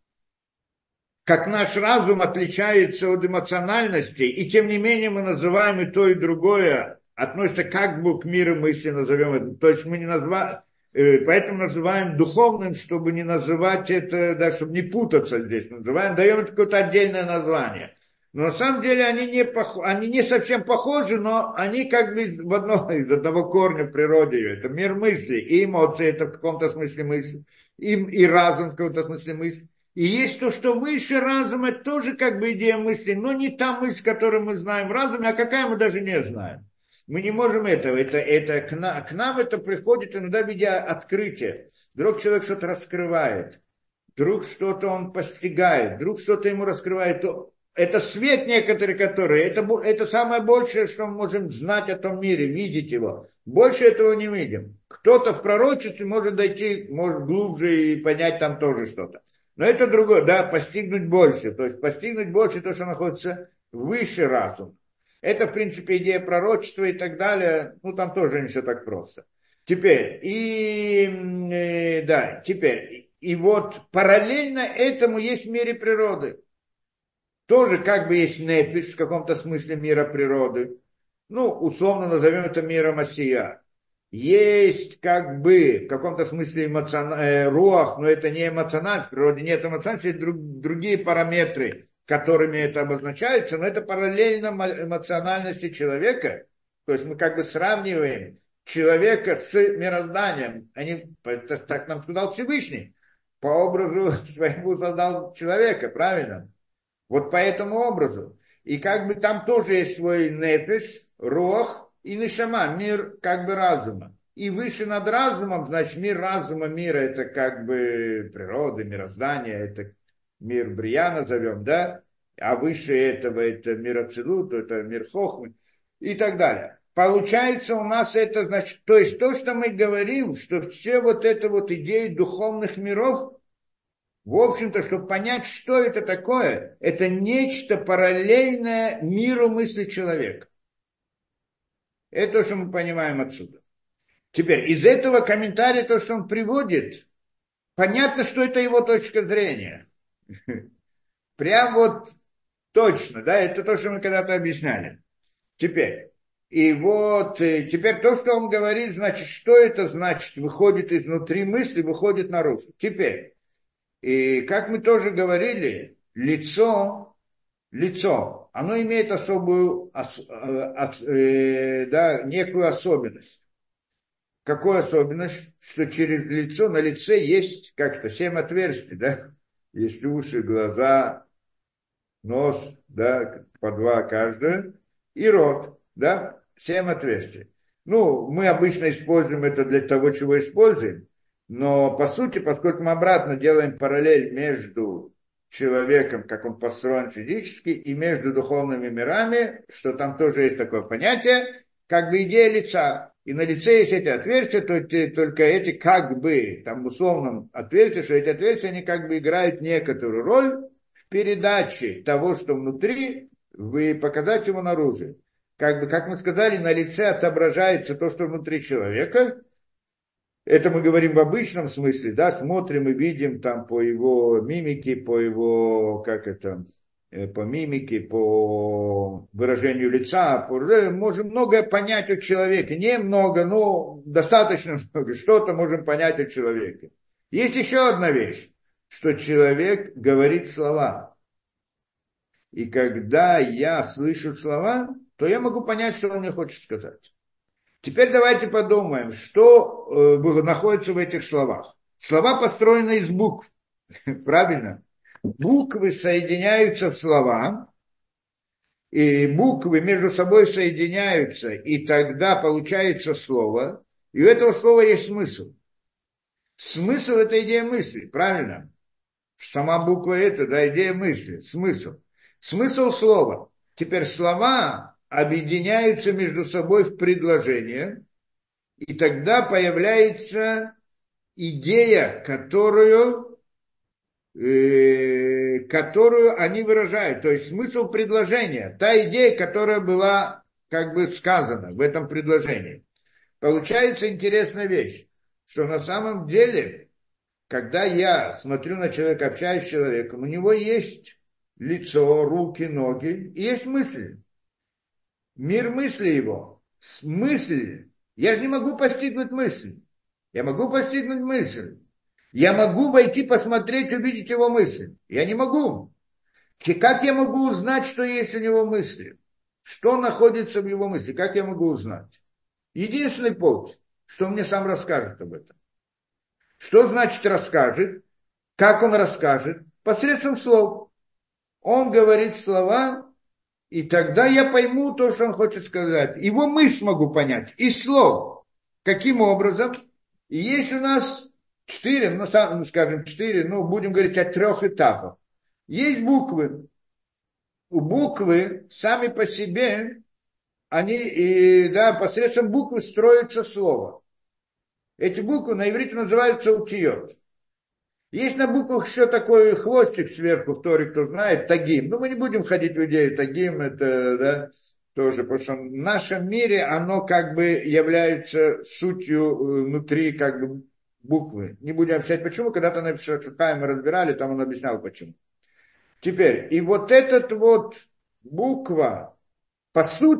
Как наш разум отличается от эмоциональности, и тем не менее мы называем и то, и другое, относится как бы к миру мысли, назовем это. То есть мы не называем, поэтому называем духовным, чтобы не называть это, да, чтобы не путаться здесь. Называем, даем это какое-то отдельное название. Но на самом деле они не, пох... они не совсем похожи, но они как бы в одно, из одного корня в природе. Это мир мысли, и эмоции, это в каком-то смысле мысль, и, и разум в каком-то смысле мысль. И есть то, что выше разума, это тоже как бы идея мысли, но не та мысль, которую мы знаем в разуме, а какая мы даже не знаем. Мы не можем этого, это, это к, на, к нам это приходит иногда в виде открытия. Вдруг человек что-то раскрывает, вдруг что-то он постигает, вдруг что-то ему раскрывает, то это свет некоторые, которые, это, это самое большее, что мы можем знать о том мире, видеть его. Больше этого не видим. Кто-то в пророчестве может дойти, может глубже и понять там тоже что-то. Но это другое, да, постигнуть больше. То есть постигнуть больше то, что находится выше разума. Это, в принципе, идея пророчества и так далее. Ну, там тоже не все так просто. Теперь, и, э, да, теперь, и вот параллельно этому есть в мире природы. Тоже как бы есть нефиш в каком-то смысле мира природы. Ну, условно назовем это миром осия. есть как бы в каком-то смысле эмоцион... э, руах, но это не эмоциональность, в природе нет эмоциональности, есть друг... другие параметры, которыми это обозначается, но это параллельно эмоциональности человека. То есть мы как бы сравниваем человека с мирозданием. Они, это, так нам сказал Всевышний. По образу своему создал человека, правильно? Вот по этому образу. И как бы там тоже есть свой нефиш, рох и нишама, мир как бы разума. И выше над разумом, значит, мир разума, мира, это как бы природа, мироздание, это мир Брия назовем, да? А выше этого это мир Ацилут, это мир Хохмы и так далее. Получается у нас это, значит, то есть то, что мы говорим, что все вот это вот идеи духовных миров, в общем-то, чтобы понять, что это такое, это нечто параллельное миру мысли человека. Это то, что мы понимаем отсюда. Теперь, из этого комментария, то, что он приводит, понятно, что это его точка зрения. Прям вот точно, да, это то, что мы когда-то объясняли. Теперь, и вот, теперь то, что он говорит, значит, что это значит, выходит изнутри мысли, выходит наружу. Теперь, и как мы тоже говорили, лицо, лицо, оно имеет особую, ос, ос, э, да, некую особенность. Какую особенность? Что через лицо, на лице есть как-то семь отверстий, да? Есть уши, глаза, нос, да, по два каждое, и рот, да, семь отверстий. Ну, мы обычно используем это для того, чего используем, но по сути, поскольку мы обратно делаем параллель между человеком, как он построен физически, и между духовными мирами, что там тоже есть такое понятие, как бы идея лица. И на лице есть эти отверстия, то эти, только эти как бы, там в условном отверстии, что эти отверстия, они как бы играют некоторую роль в передаче того, что внутри, вы показать его наружу. Как бы, как мы сказали, на лице отображается то, что внутри человека. Это мы говорим в обычном смысле, да, смотрим и видим там по его мимике, по его, как это, по мимике, по выражению лица, по, можем многое понять о человеке. Не много, но достаточно много, что-то можем понять о человеке. Есть еще одна вещь, что человек говорит слова. И когда я слышу слова, то я могу понять, что он мне хочет сказать. Теперь давайте подумаем, что э, находится в этих словах. Слова построены из букв, правильно? Буквы соединяются в слова, и буквы между собой соединяются, и тогда получается слово, и у этого слова есть смысл. Смысл – это идея мысли, правильно? Сама буква – это, да, идея мысли, смысл. Смысл слова. Теперь слова объединяются между собой в предложение, и тогда появляется идея, которую, э, которую они выражают, то есть смысл предложения, та идея, которая была как бы сказана в этом предложении. Получается интересная вещь, что на самом деле, когда я смотрю на человека, общаюсь с человеком, у него есть лицо, руки, ноги, и есть мысли. Мир мысли его, мысли. Я же не могу постигнуть мысль. Я могу постигнуть мысль. Я могу войти, посмотреть, увидеть его мысль. Я не могу. Как я могу узнать, что есть у него мысли? Что находится в его мысли? Как я могу узнать? Единственный путь, что он мне сам расскажет об этом. Что значит расскажет? Как он расскажет? Посредством слов. Он говорит слова, и тогда я пойму то, что он хочет сказать. Его мысль могу понять из слов. Каким образом? И есть у нас четыре, ну, скажем, четыре, ну, будем говорить о трех этапах. Есть буквы. У буквы сами по себе, они, и, да, посредством буквы строится слово. Эти буквы на иврите называются утиот. Есть на буквах еще такой хвостик сверху, в Торе, кто знает, тагим. Но мы не будем ходить в идею тагим, это, да, тоже, потому что в нашем мире оно как бы является сутью внутри как бы буквы. Не будем объяснять почему, когда-то на Шахае мы разбирали, там он объяснял почему. Теперь, и вот этот вот буква, по сути,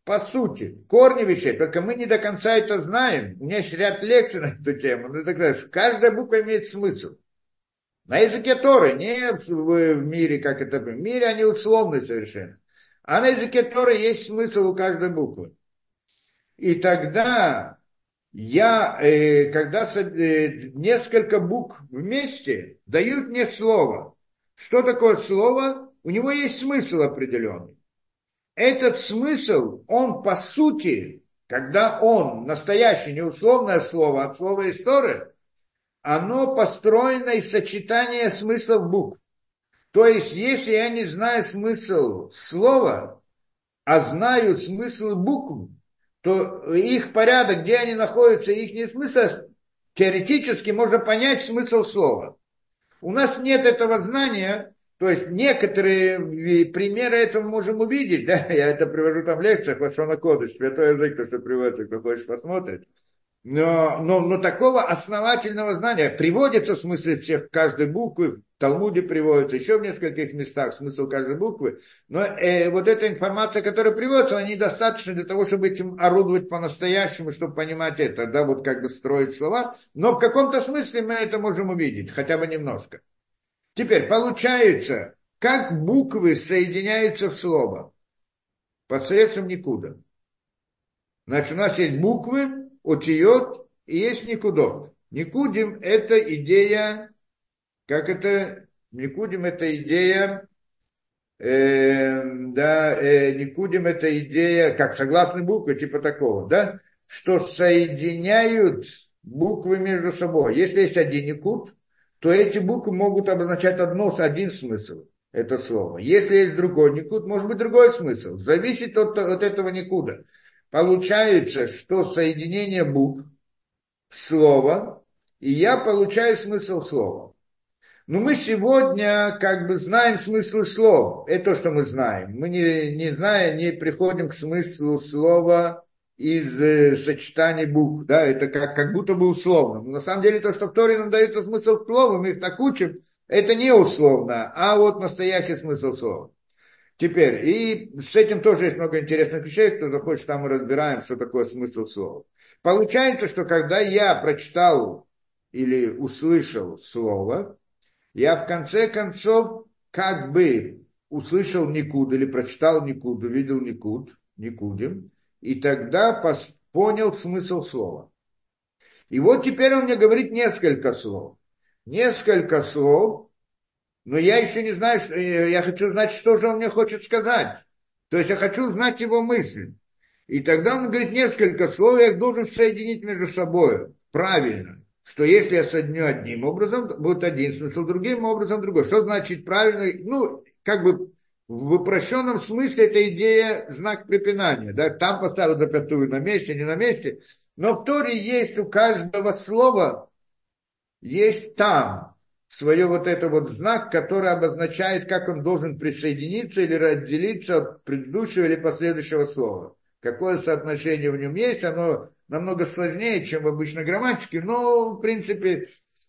по сути, корни вещей, только мы не до конца это знаем. У меня есть ряд лекций на эту тему, но так далее. Каждая буква имеет смысл. На языке Торы, не в, в мире, как это, в мире они условны совершенно. А на языке Торы есть смысл у каждой буквы. И тогда я, э, когда э, несколько букв вместе дают мне слово. Что такое слово? У него есть смысл определенный. Этот смысл, он по сути, когда он, настоящее, не условное слово, а слово из Торы, оно построено из сочетания смыслов букв. То есть, если я не знаю смысл слова, а знаю смысл букв, то их порядок, где они находятся, их не смысл, теоретически можно понять смысл слова. У нас нет этого знания, то есть некоторые примеры этого можем увидеть, да, я это привожу там в лекциях, Лашон а-Кодеш, святой язык, то, что приводится, кто хочет посмотреть. Но, но, но такого основательного знания приводится в смысле всех каждой буквы, в Талмуде приводится, еще в нескольких местах смысл каждой буквы, но э, вот эта информация, которая приводится, она недостаточна для того, чтобы этим орудовать по-настоящему, чтобы понимать это, да, вот как бы строить слова, но в каком-то смысле мы это можем увидеть, хотя бы немножко. Теперь, получается, как буквы соединяются в слово? Посредством никуда. Значит, у нас есть буквы, отиот и есть никудот. Никудим – это идея, как это, никудим – это идея, э, да, э, никудим – это идея, как согласные буквы, типа такого, да, что соединяют буквы между собой. Если есть один никуд, то эти буквы могут обозначать одно, один смысл, это слово. Если есть другой никуд, может быть другой смысл. Зависит от, от этого никуда. Получается, что соединение букв, слова, и я получаю смысл слова. Но мы сегодня как бы знаем смысл слова. Это то, что мы знаем. Мы не, не зная, не приходим к смыслу слова из э, сочетаний букв. Да? Это как, как будто бы условно. Но на самом деле то, что в Торе нам дается смысл слова, мы их так учим, это не условно, а вот настоящий смысл слова. Теперь, и с этим тоже есть много интересных вещей, кто захочет, там мы разбираем, что такое смысл слова. Получается, что когда я прочитал или услышал слово, я в конце концов как бы услышал никуд или прочитал никуд, увидел никуд, никудим, и тогда пос, понял смысл слова. И вот теперь он мне говорит несколько слов. Несколько слов, но я еще не знаю, я хочу знать, что же он мне хочет сказать. То есть я хочу знать его мысль. И тогда он говорит несколько слов, я их должен соединить между собой. Правильно. Что если я соединю одним образом, будет один смысл, другим образом другой. Что значит правильно? Ну, как бы в упрощенном смысле это идея знак препинания. Да? Там поставил запятую на месте, не на месте. Но в Торе есть у каждого слова, есть там свое вот это вот знак, который обозначает, как он должен присоединиться или разделиться от предыдущего или последующего слова. Какое соотношение в нем есть, оно намного сложнее, чем в обычной грамматике, но, в принципе,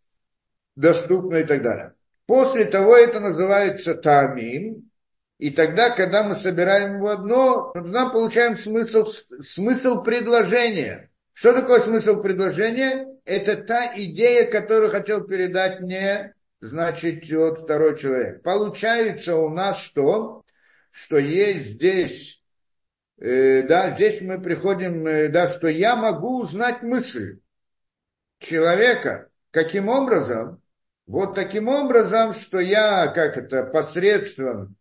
доступно и так далее. После того это называется таамим, и тогда, когда мы собираем его одно, нам получаем смысл, смысл предложения. Что такое смысл предложения? Это та идея, которую хотел передать мне, значит, вот второй человек. Получается у нас что? Что есть здесь, э, да, здесь мы приходим, э, да, что я могу узнать мысль человека. Каким образом? Вот таким образом, что я, как это, посредством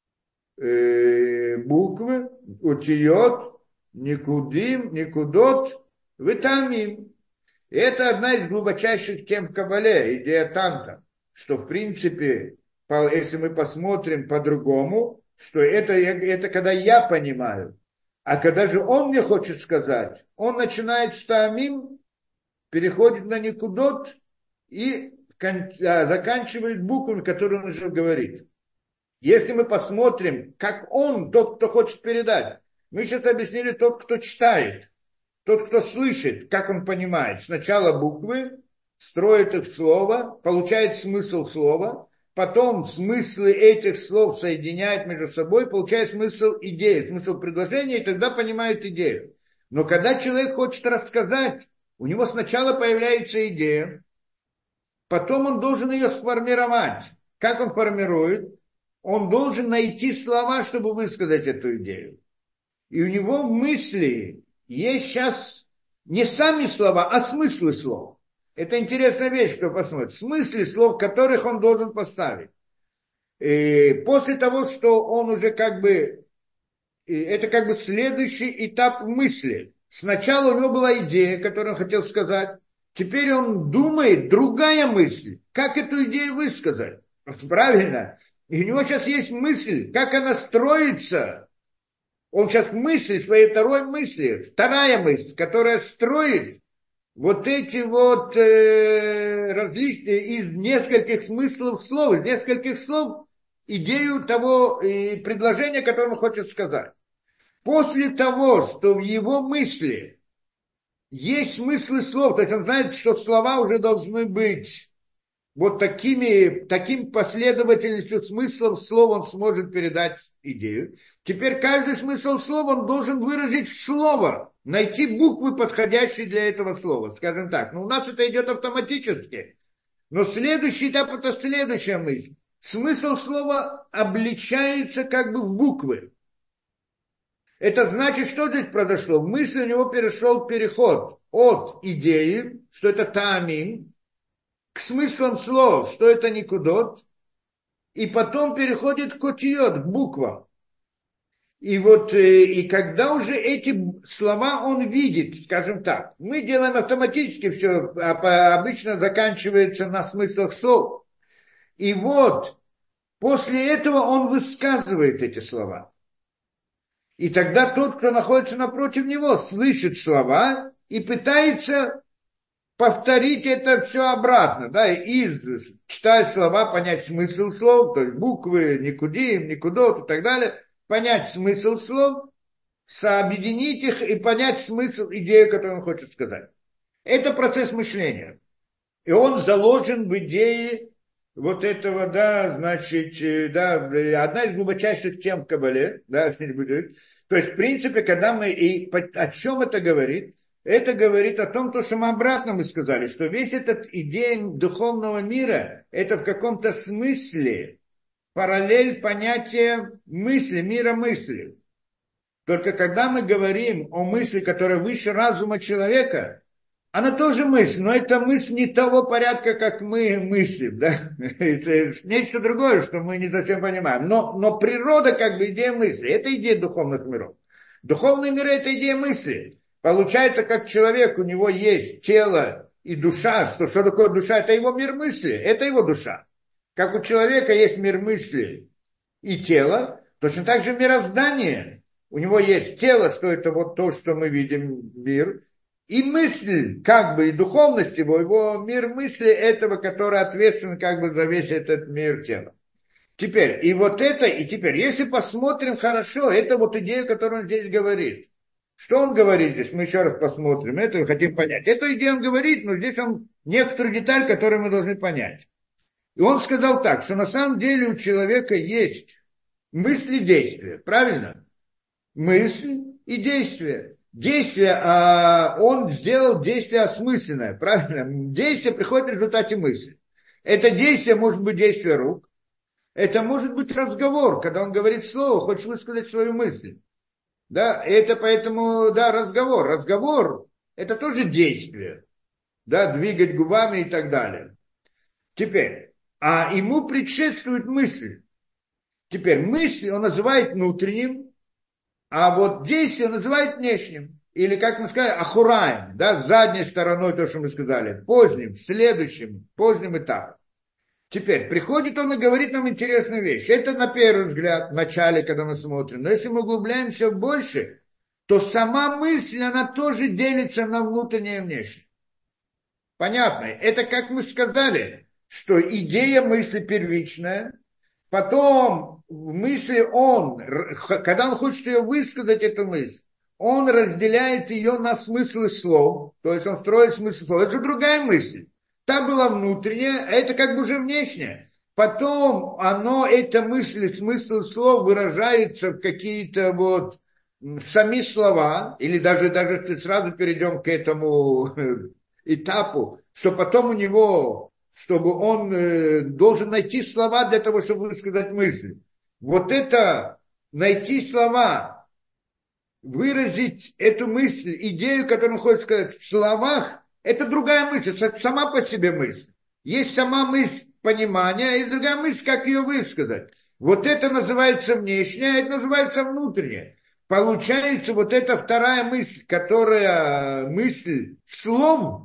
э, буквы, утиот, никудим, никудот, витамин. И это одна из глубочайших тем в Кабале, идея танта, что в принципе, если мы посмотрим по-другому, что это, это когда я понимаю, а когда же он мне хочет сказать, он начинает с таамим, переходит на никудот и заканчивает буквами, которые он уже говорит. Если мы посмотрим, как он, тот, кто хочет передать, мы сейчас объяснили тот, кто читает. Тот, кто слышит, как он понимает, сначала буквы, строит их в слово, получает смысл слова, потом смыслы этих слов соединяет между собой, получает смысл идеи, смысл предложения, и тогда понимает идею. Но когда человек хочет рассказать, у него сначала появляется идея, потом он должен ее сформировать. Как он формирует? Он должен найти слова, чтобы высказать эту идею. И у него в мысли есть сейчас не сами слова, а смыслы слов. Это интересная вещь, кто посмотрит. Смыслы слов, которых он должен поставить. И после того, что он уже как бы... Это как бы следующий этап мысли. Сначала у него была идея, которую он хотел сказать. Теперь он думает, другая мысль. Как эту идею высказать? Правильно? И у него сейчас есть мысль, как она строится. Он сейчас мысль, своей второй мысли, вторая мысль, которая строит вот эти вот э, различные, из нескольких смыслов слов, из нескольких слов, идею того э, предложения, которое он хочет сказать. После того, что в его мысли есть смыслы слов, то есть он знает, что слова уже должны быть вот такими, таким последовательностью смыслов слов он сможет передать идею. Теперь каждый смысл слова он должен выразить в слово, найти буквы, подходящие для этого слова, скажем так. Но у нас это идет автоматически. Но следующий этап – это следующая мысль. Смысл слова обличается как бы в буквы. Это значит, что здесь произошло? В мысли у него перешел переход от идеи, что это таамим, к смыслам слов, что это никудот, и потом переходит к отиот, к буквам. И вот, и когда уже эти слова он видит, скажем так, мы делаем автоматически все, а обычно заканчивается на смыслах слов. И вот, после этого он высказывает эти слова. И тогда тот, кто находится напротив него, слышит слова и пытается повторить это все обратно, да, из, читая слова, понять смысл слов, то есть буквы, никудим, никудот и так далее, понять смысл слов, сообъединить их и понять смысл, идею, которую он хочет сказать. Это процесс мышления. И он заложен в идее вот этого, да, значит, да, одна из глубочайших тем в Кабале, да, то есть, в принципе, когда мы, и о чем это говорит? Это говорит о том, то, что мы обратно мы сказали, что весь этот идея духовного мира, это в каком-то смысле параллель понятия мысли, мира мысли. Только когда мы говорим о мысли, которая выше разума человека, она тоже мысль, но это мысль не того порядка, как мы мыслим, да? Это нечто другое, что мы не совсем понимаем. Но, но природа, как бы, идея мысли, это идея духовных миров. Духовные миры – это идея мысли. Получается, как человек, у него есть тело и душа. Что, что такое душа? Это его мир мысли, это его душа. Как у человека есть мир мысли и тело, точно так же мироздание. У него есть тело, что это вот то, что мы видим, мир. И мысль, как бы, и духовность его, его мир мысли этого, который ответственен как бы за весь этот мир тела. Теперь, и вот это, и теперь, если посмотрим хорошо, это вот идея, которую он здесь говорит. Что он говорит здесь? Мы еще раз посмотрим. Это мы хотим понять. Эту идею он говорит, но здесь он некоторую деталь, которую мы должны понять. И он сказал так, что на самом деле у человека есть мысли и действия. Правильно? Мысль и действие. Действие, а он сделал действие осмысленное. Правильно? Действие приходит в результате мысли. Это действие может быть действие рук. Это может быть разговор, когда он говорит слово, хочет высказать свою мысль. Да, это поэтому, да, разговор. Разговор – это тоже действие. Да, двигать губами и так далее. Теперь, а ему предшествует мысль. Теперь, мысль он называет внутренним, а вот действие он называет внешним. Или, как мы сказали, ахураем, да, задней стороной, то, что мы сказали, поздним, следующим, поздним этапом. Теперь, приходит он и говорит нам интересную вещь. Это на первый взгляд, в начале, когда мы смотрим. Но если мы углубляемся больше, то сама мысль, она тоже делится на внутреннее и внешнее. Понятно? Это, как мы сказали, что идея мысли первичная, потом в мысли он, когда он хочет ее высказать, эту мысль, он разделяет ее на смыслы слов, то есть он строит смысл слов. Это же другая мысль. Та была внутренняя, а это как бы уже внешняя. потом оно, эта мысль, смысл слов выражается в какие-то вот сами слова, или даже, даже если сразу перейдем к этому этапу, что потом у него, чтобы он э, должен найти слова для того, чтобы высказать мысль. Вот это найти слова, выразить эту мысль, идею, которую он хочет сказать в словах, это другая мысль, сама по себе мысль. Есть сама мысль понимания, а есть другая мысль, как ее высказать. Вот это называется внешнее, а это называется внутреннее. Получается, вот эта вторая мысль, которая мысль слов,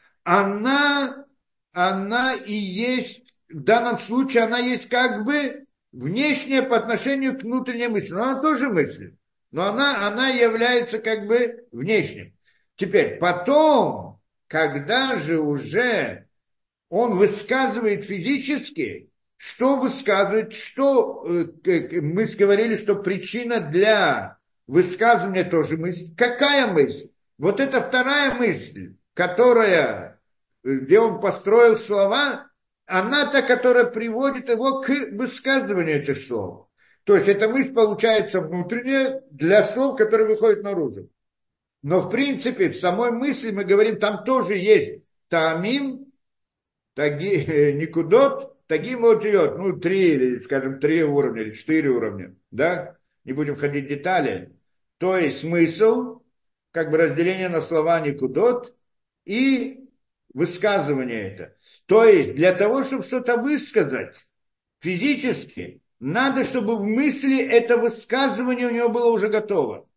она, она и есть, в данном случае, она есть как бы внешняя по отношению к внутренней мысли. Но она тоже мысль, но она, она является как бы внешним. Теперь, потом, когда же уже он высказывает физически, что высказывает, что э, мы говорили, что причина для высказывания тоже мысль. Какая мысль? Вот это вторая мысль, которая, где он построил слова, она та, которая приводит его к высказыванию этих слов. То есть эта мысль получается внутренняя для слов, которые выходят наружу. Но в принципе в самой мысли мы говорим, там тоже есть таамим, таги, никудот, тагим отиот, ну, три, или, скажем, три уровня, или четыре уровня, да, не будем ходить в детали. То есть смысл, как бы разделение на слова никудот и высказывание это. То есть для того, чтобы что-то высказать физически, надо, чтобы в мысли это высказывание у него было уже готово.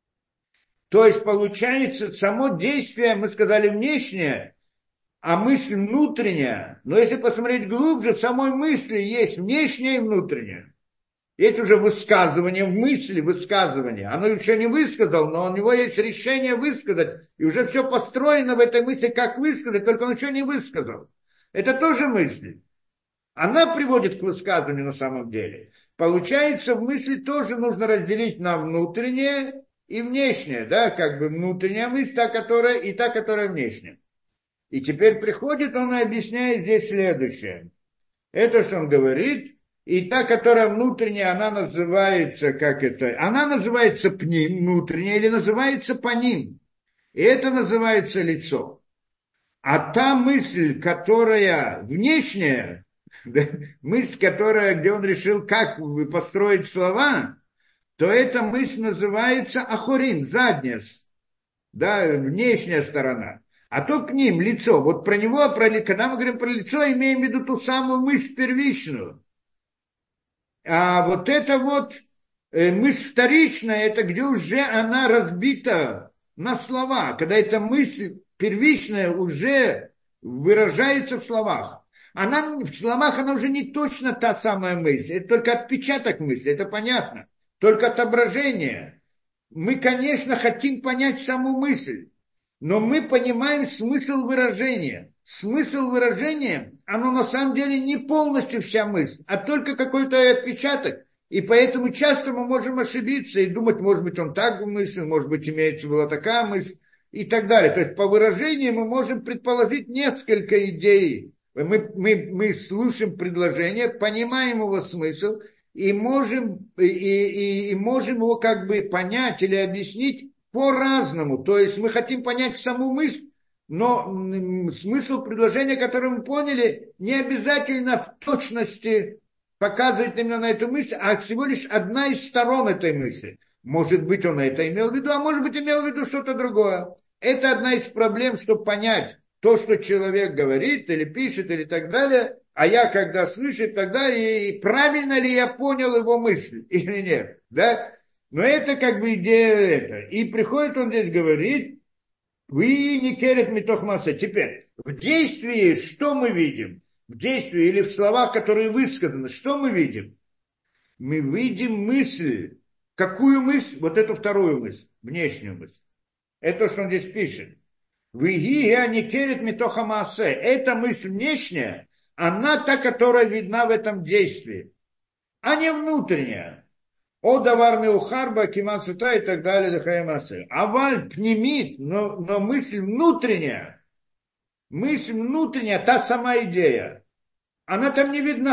То есть получается, само действие, мы сказали, внешнее, а мысль внутренняя, но если посмотреть глубже, в самой мысли есть внешнее и внутреннее. Есть уже высказывание в мысли, высказывание. Оно еще не высказал, но у него есть решение высказать. И уже все построено в этой мысли, как высказать, только он еще не высказал. Это тоже мысль. Она приводит к высказыванию на самом деле. Получается, в мысли тоже нужно разделить на внутреннее и внешнее. Да? Как бы внутренняя мысль, та, которая, и та, которая внешняя. И теперь приходит он и объясняет здесь следующее. Это, что он говорит, и та, которая внутренняя, она называется, как это, она называется пним, внутренняя, или называется паним. И это называется лицо. А та мысль, которая внешняя, да, мысль, которая, где он решил, как построить слова, то эта мысль называется ахорин, задняя, да, внешняя сторона. А то к ним лицо. Вот про него, про, когда мы говорим про лицо, имеем в виду ту самую мысль первичную. А вот это вот э, мысль вторичная, это где уже она разбита на слова. Когда эта мысль первичная уже выражается в словах. Она в словах, она уже не точно та самая мысль. Это только отпечаток мысли, это понятно. Только отображение. Мы, конечно, хотим понять саму мысль. Но мы понимаем смысл выражения. Смысл выражения, оно на самом деле не полностью вся мысль, а только какой-то отпечаток. И поэтому часто мы можем ошибиться и думать, может быть, он так мыслил, может быть, имеется была такая мысль и так далее. То есть по выражению мы можем предположить несколько идей. Мы, мы, мы слушаем предложение, понимаем его смысл и можем, и, и, и можем его как бы понять или объяснить по-разному. То есть мы хотим понять саму мысль, но смысл предложения, которое мы поняли, не обязательно в точности показывает именно на эту мысль, а всего лишь одна из сторон этой мысли. Может быть, он это имел в виду, а может быть, имел в виду что-то другое. Это одна из проблем, чтобы понять то, что человек говорит или пишет или так далее, а я когда слышу тогда, и правильно ли я понял его мысль или нет, да? Но это как бы идея это. И приходит он здесь говорит, вы не керет митох масса. Теперь, в действии что мы видим? В действии или в словах, которые высказаны, что мы видим? Мы видим мысль. Какую мысль? Вот эту вторую мысль, внешнюю мысль. Это то, что он здесь пишет. Вы не керет митоха масса. Эта мысль внешняя, она та, которая видна в этом действии, а не внутренняя. О давар меухарба, киман сута и так далее, дахаямасы. Аваль пнемит, но, но мысль внутренняя, мысль внутренняя, та сама идея, она там не видна.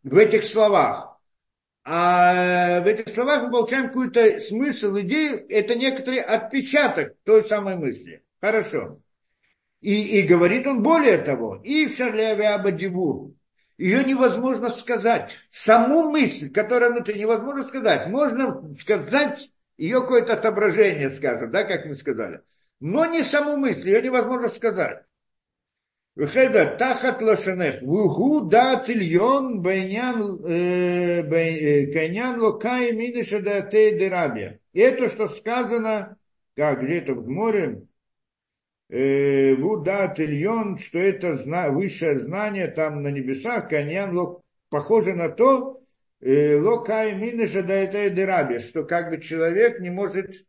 в этих словах. А в этих словах мы получаем какой-то смысл, идею, это некоторый отпечаток той самой мысли. Хорошо. И, и говорит он более того, и в Шарлеве Абадивур, ее невозможно сказать. Саму мысль, которая внутри, невозможно сказать. Можно сказать ее какое-то отображение, скажем, да, как мы сказали. Но не саму мысль, ее невозможно сказать. Выходит, тахат лошанех, вугу да тильон байнян кайнян локай миниша да те дерабия. Это, что сказано, как где-то в море, вуда тильон, что это зна, высшее знание там на небесах, кайнян лок, похоже на то, локай миниша да те дерабия, что как бы человек не может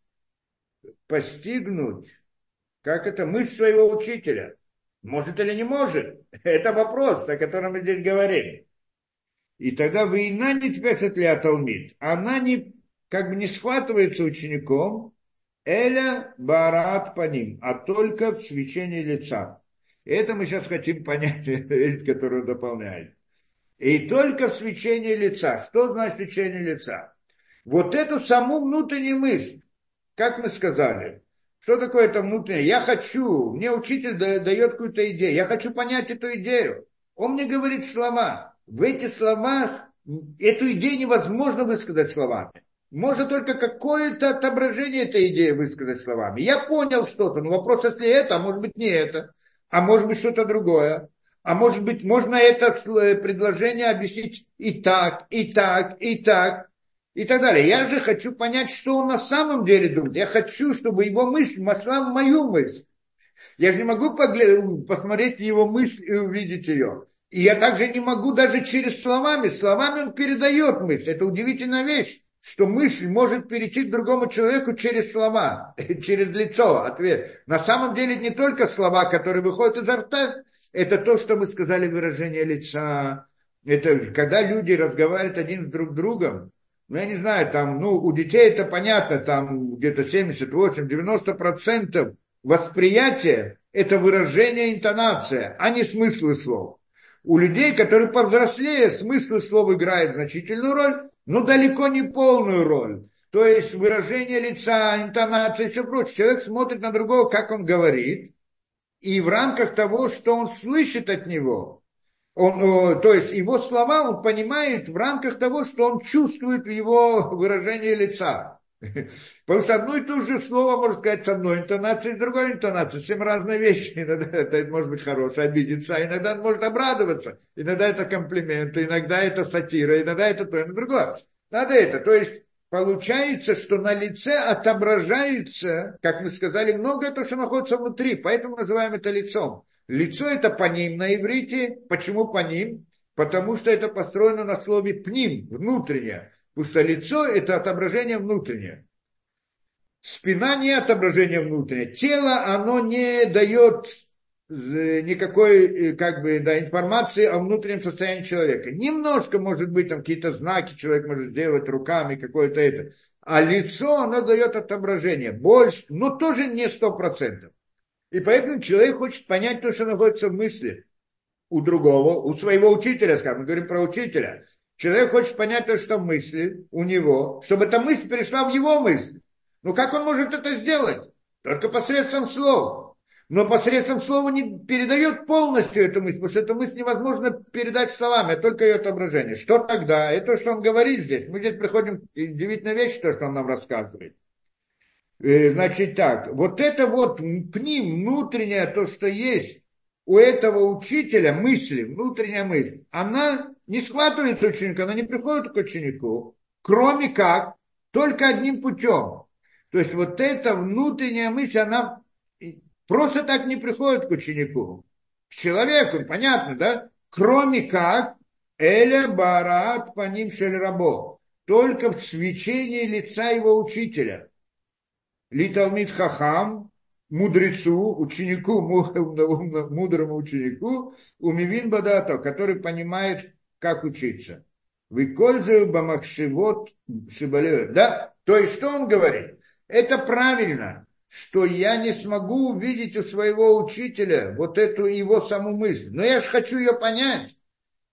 постигнуть, как это мысль своего учителя. Может или не может? Это вопрос, о котором мы здесь говорим. И тогда война не тпесетля талмид. Она не, как бы не схватывается учеником, эля барат по ним, а только в свечении лица. Это мы сейчас хотим понять, которую дополняет. И только в свечении лица. Что значит свечение лица? Вот эту саму внутреннюю мысль, как мы сказали, что такое это внутреннее? Я хочу, мне учитель дает какую-то идею, я хочу понять эту идею. Он мне говорит слова. В этих словах эту идею невозможно высказать словами. Можно только какое-то отображение этой идеи высказать словами. Я понял что-то, но вопрос, если это, а может быть не это, а может быть что-то другое. А может быть, можно это предложение объяснить и так, и так, и так. И так далее. Я же хочу понять, что он на самом деле думает. Я хочу, чтобы его мысль вошла в мою мысль. Я же не могу поглядеть, посмотреть его мысль и увидеть ее. И я также не могу даже через словами. Словами он передает мысль. Это удивительная вещь, что мысль может перейти к другому человеку через слова, через лицо. Ответ. На самом деле не только слова, которые выходят изо рта, это то, что мы сказали, выражение лица. Это когда люди разговаривают один с друг другом. Ну, я не знаю, там, ну, у детей это понятно, там где-то семьдесят восемь девяносто процентов восприятия – это выражение, интонация, а не смыслы слов. У людей, которые повзрослее, смыслы слов играют значительную роль, но далеко не полную роль. То есть выражение лица, интонация и все прочее. Человек смотрит на другого, как он говорит, и в рамках того, что он слышит от него, Он, то есть его слова он понимает в рамках того, что он чувствует в его выражении лица. Потому что одно и то же слово можно сказать с одной интонацией, с другой интонацией. Совсем разные вещи. Иногда это может быть хорошее, обидеться, а иногда он может обрадоваться. Иногда это комплименты, иногда это сатира, иногда это то, и другое. Надо это. То есть получается, что на лице отображается, как мы сказали, многое то, что находится внутри. Поэтому называем это лицом. Лицо это паним на иврите. Почему паним? Потому что это построено на слове пним, внутреннее. Потому что лицо это отображение внутреннее. Спина не отображение внутреннее. Тело, оно не дает никакой как бы, да, информации о внутреннем состоянии человека. Немножко, может быть, там какие-то знаки человек может сделать руками, какое-то это. А лицо, оно дает отображение. Больше, но тоже не сто процентов. И поэтому человек хочет понять то, что находится в мысли у другого, у своего учителя, скажем, мы говорим про учителя. Человек хочет понять то, что в мысли у него, чтобы эта мысль перешла в его мысль. Ну как он может это сделать? Только посредством слов. Но посредством слова не передает полностью эту мысль, потому что эту мысль невозможно передать словами, а только ее отображение. Что тогда? Это что он говорит здесь. Мы здесь приходим к удивительной вещи, то, что он нам рассказывает. Значит так, вот это вот пним, внутреннее то, что есть у этого учителя, мысли, внутренняя мысль, она не схватывается ученика, она не приходит к ученику, кроме как, только одним путем. То есть вот эта внутренняя мысль, она просто так не приходит к ученику, к человеку, понятно, да? Кроме как, эля барат по ним шель рабо, только в свечении лица его учителя. Ли талмид хахам, мудрецу, ученику, мудрому ученику, умивин бадато, который понимает, как учиться. Выкользую бамахшивот шибалею. Да? То есть, что он говорит? Это правильно, что я не смогу увидеть у своего учителя вот эту его саму мысль. Но я же хочу ее понять.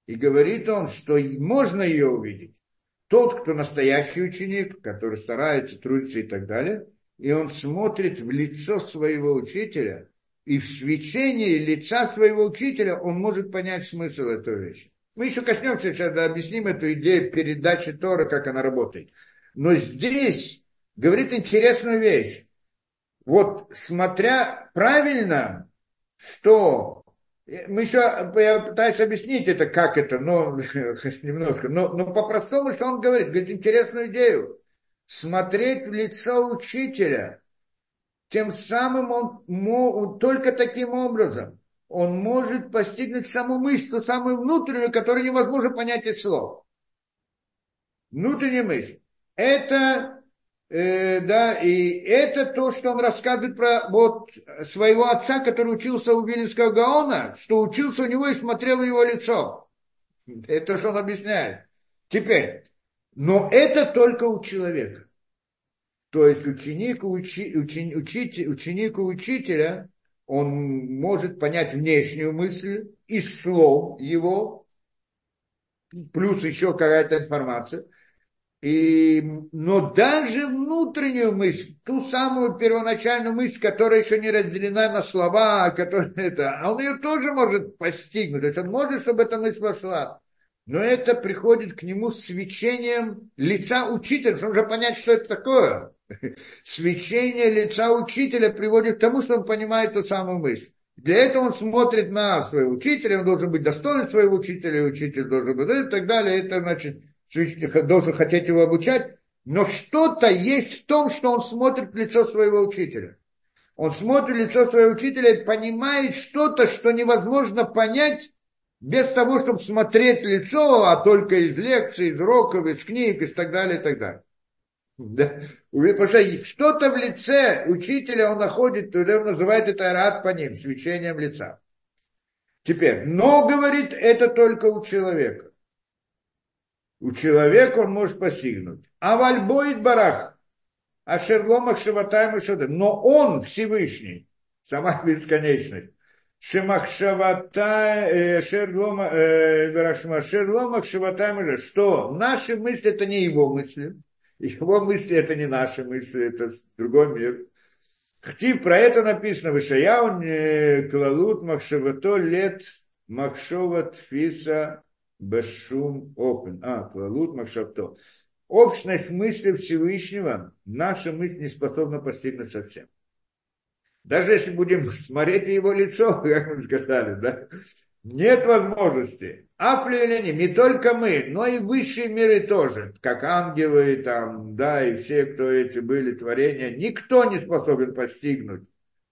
И говорит он, что можно ее увидеть. Тот, кто настоящий ученик, который старается, трудится и так далее, и он смотрит в лицо своего учителя, и в свечении лица своего учителя он может понять смысл этой вещи. Мы еще коснемся сейчас, да, объясним эту идею передачи Торы, как она работает. Но здесь говорит интересную вещь. Вот смотря правильно, что... Мы еще, я пытаюсь объяснить это, как это, но немножко, но, но по-простому, что он говорит, говорит интересную идею. Смотреть в лицо учителя, тем самым он, только таким образом, он может постигнуть саму мысль, ту самую внутреннюю, которую невозможно понять из слов. Внутренняя мысль. Это, э, да, и это то, что он рассказывает про вот своего отца, который учился у Вилинского Гаона, что учился у него и смотрел в его лицо. Это то, что он объясняет. Теперь, но это только у человека. То есть ученик, учи, учи, учитель, ученик у учителя, он может понять внешнюю мысль из слов его, плюс еще какая-то информация. И, но даже внутреннюю мысль, ту самую первоначальную мысль, которая еще не разделена на слова, которая, это, он ее тоже может постигнуть. То есть он может, чтобы эта мысль вошла. Но это приходит к нему с свечением лица учителя, чтобы уже понять, что это такое. Свечение лица учителя приводит к тому, что он понимает ту самую мысль. Для этого он смотрит на своего учителя, он должен быть достоин своего учителя, и учитель должен быть, и так далее. Это значит, должен хотеть его обучать. Но что-то есть в том, что он смотрит в лицо своего учителя. Он смотрит в лицо своего учителя и понимает что-то, что невозможно понять без того, чтобы смотреть лицо, а только из лекций, из уроков, из книг, и так далее, и так далее. Да. Потому что что-то в лице учителя он находит, он называет это арат по ним, свечением лица. Теперь, но, говорит, это только у человека. У человека он может постигнуть. А вальбоид барах, а шерломах шеватаем и шода. Но он Всевышний, сама бесконечность. Шемахшавата шерлома шерломах шеватаем, что наши мысли это не его мысли. Его мысли это не наши мысли, это другой мир. Хтив, про это написано, Вишаяун клалут махшавато лет махшова тфиса бешум опен. А, клалут махшавто. Общность мысли Всевышнего наша мысль не способна постигнуть совсем. Даже если будем смотреть его лицо, как мы сказали, да, нет возможности. Афлиэлени, не только мы, но и высшие миры тоже, как ангелы, там, да, и все, кто эти были творения, никто не способен постигнуть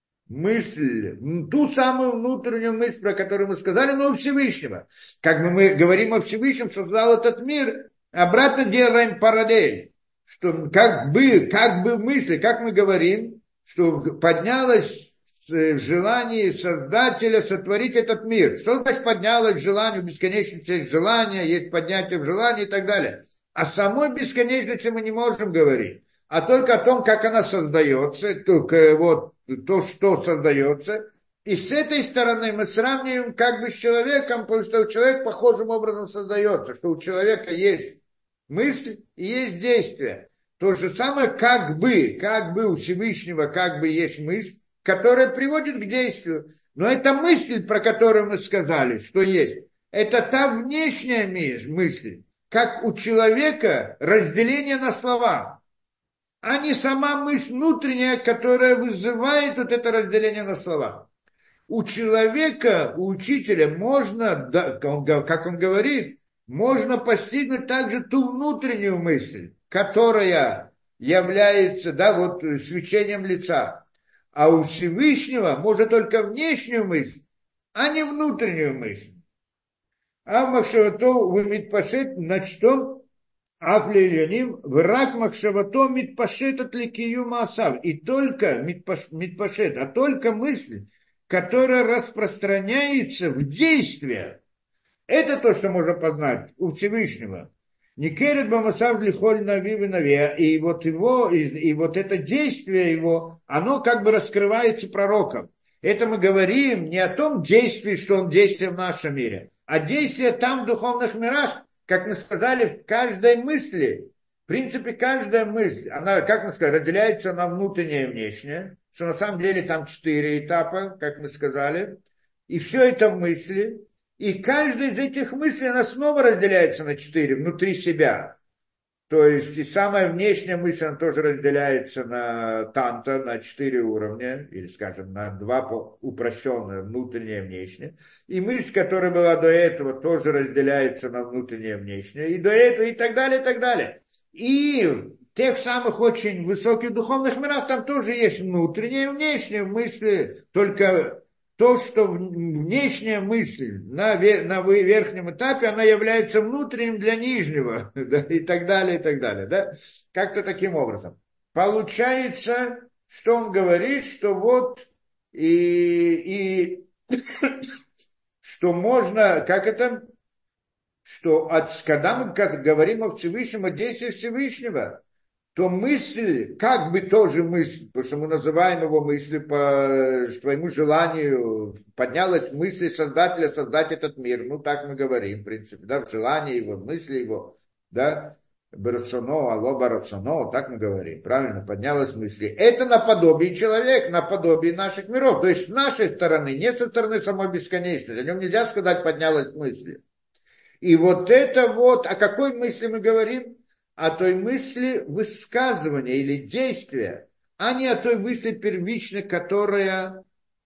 мысль, ту самую внутреннюю мысль, про которую мы сказали, но у Всевышнего. Как бы мы говорим о Всевышнем, создал этот мир, обратно делаем параллель, что как бы, как бы мысли, как мы говорим, что поднялась в желании Создателя сотворить этот мир. Что значит поднялось в желании, в бесконечности есть желание, есть поднятие в желании и так далее. О самой бесконечности мы не можем говорить, а только о том, как она создается, только вот то, что создается. И с этой стороны мы сравниваем как бы с человеком, потому что человек похожим образом создается, что у человека есть мысль и есть действие. То же самое как бы, как бы у Всевышнего, как бы есть мысль, которая приводит к действию. Но эта мысль, про которую мы сказали, что есть, это та внешняя мысль, как у человека разделение на слова, а не сама мысль внутренняя, которая вызывает вот это разделение на слова. У человека, у учителя можно, как он говорит, можно постигнуть также ту внутреннюю мысль, которая является, да, вот свечением лица. А у Всевышнего может только внешнюю мысль, а не внутреннюю мысль. А махшавато вымитпашет, на что афлейляним враг махшавато митпашет от ликию маасав. И только митпашет, а только мысль, которая распространяется в действие. Это то, что можно познать у Всевышнего. Никерет бамасав лихоль нави винаве. И вот его, и, и вот это действие его, оно как бы раскрывается пророком. Это мы говорим не о том действии, что он действие в нашем мире, А действие там в духовных мирах, как мы сказали, в каждой мысли, в принципе, каждая мысль, она, как мы сказали, разделяется на внутреннее и внешнее, что на самом деле там четыре этапа, как мы сказали, и все это в мысли, и каждая из этих мыслей, она снова разделяется на четыре внутри себя. То есть и самая внешняя мысль, она тоже разделяется на танта, на четыре уровня, или, скажем, на два упрощенные, внутреннее и внешнее. И мысль, которая была до этого, тоже разделяется на внутреннее и внешнее. И до этого, и так далее, и так далее. И в тех самых очень высоких духовных мирах там тоже есть внутреннее и внешнее мысли, только то, что внешняя мысль на, на верхнем этапе, она является внутренним для нижнего, да, и так далее, и так далее. Да? Как-то таким образом. Получается, что он говорит, что вот и, и что можно, как это, что от, когда мы как, говорим о Всевышнем, о действии Всевышнего, то мысль, как бы тоже мысль, потому что мы называем его мыслью по своему желанию, поднялась мысль Создателя создать этот мир. Ну, так мы говорим, в принципе, да, в желании его, в мысли его, да, Барацано, алло, Барацано, так мы говорим, правильно, поднялась мысль. Это наподобие человека, наподобие наших миров, то есть с нашей стороны, не со стороны самой бесконечности, о нем нельзя сказать, поднялась мысль. И вот это вот, о какой мысли мы говорим? О той мысли высказывания или действия, а не о той мысли первичной, которая,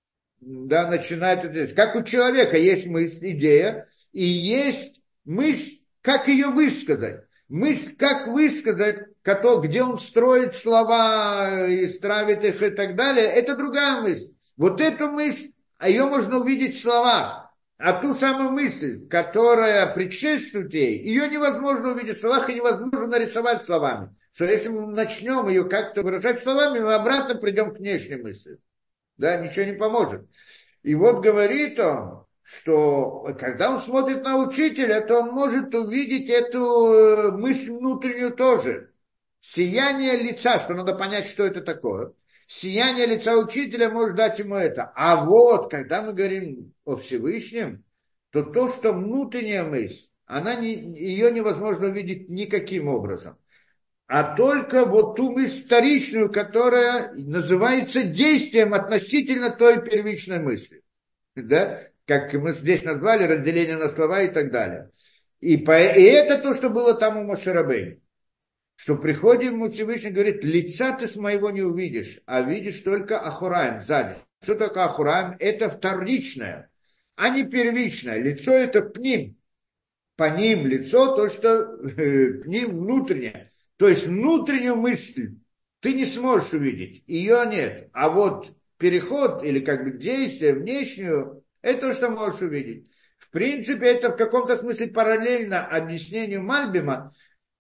да, начинает это делать. Как у человека есть мысль, идея, и есть мысль, как ее высказать. Мысль, как высказать, где он строит слова и стравит их и так далее, это другая мысль. Вот эту мысль, ее можно увидеть в словах. А ту самую мысль, которая предшествует ей, ее невозможно увидеть в словах и невозможно нарисовать словами. Что если мы начнем ее как-то выражать словами, мы обратно придем к внешней мысли. Да, ничего не поможет. И вот говорит он, что когда он смотрит на учителя, то он может увидеть эту мысль внутреннюю тоже. Сияние лица, что надо понять, что это такое. Сияние лица учителя может дать ему это. А вот, когда мы говорим о Всевышнем, то то, что внутренняя мысль, она не, ее невозможно увидеть никаким образом. А только вот ту мысль вторичную, которая называется действием относительно той первичной мысли. Да? Как мы здесь назвали, разделение на слова и так далее. И, по, и это то, что было там у Моше Рабейну. Что приходим, ему Всевышний говорит, лица ты с моего не увидишь, а видишь только Ахураим сзади. Что такое Ахураим? Это вторичное, а не первичное. Лицо это пним. По ним лицо, то, что э, пним внутреннее. То есть внутреннюю мысль ты не сможешь увидеть, ее нет. А вот переход или как бы действие внешнюю, это то, что можешь увидеть. В принципе, это в каком-то смысле параллельно объяснению Мальбима,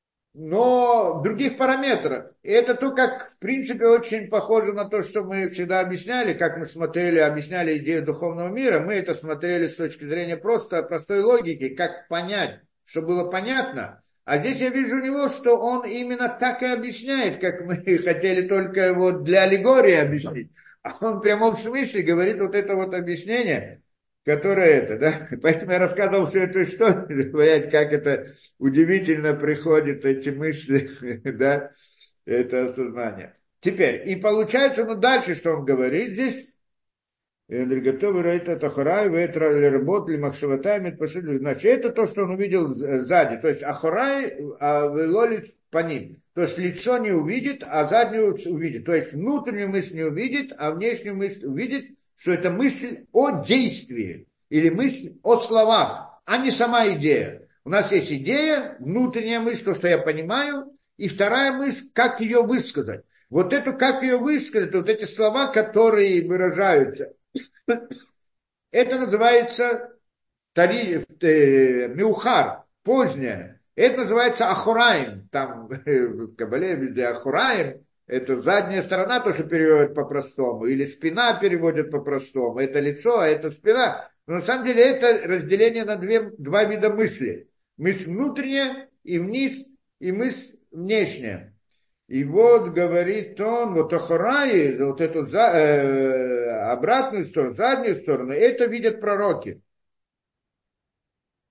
но в других параметрах. И это то, как, в принципе, очень похоже на то, что мы всегда объясняли, как мы смотрели, объясняли идею духовного мира. Мы это смотрели с точки зрения просто простой логики, как понять, что было понятно. А здесь я вижу у него, что он именно так и объясняет, как мы хотели только вот для аллегории объяснить. А он в прямом смысле говорит вот это вот объяснение, которое это, да. Поэтому я рассказывал всю эту историю, понять, как это удивительно приходят эти мысли, да, это осознание. Теперь, и получается, ну дальше, что он говорит здесь, значит, это то, что он увидел сзади, то есть Ахурай, а Велолит по ним. То есть лицо не увидит, а заднюю увидит. То есть внутреннюю мысль не увидит, а внешнюю мысль увидит, что это мысль о действии или мысль о словах, а не сама идея. У нас есть идея, внутренняя мысль, то, что я понимаю, и вторая мысль, как ее высказать. Вот эту, как ее высказать, вот эти слова, которые выражаются, это называется тари, э, миухар, позднее. Это называется ахураим. Там в Кабале везде ахураим. Это задняя сторона, то, что переводят по-простому. Или спина переводят по-простому. Это лицо, а это спина. Но на самом деле это разделение на две, два вида мысли. Мысль внутренняя и вниз, и мысль внешняя. И вот говорит он, вот Ахураи, вот эту за, э, обратную сторону, заднюю сторону, это видят пророки.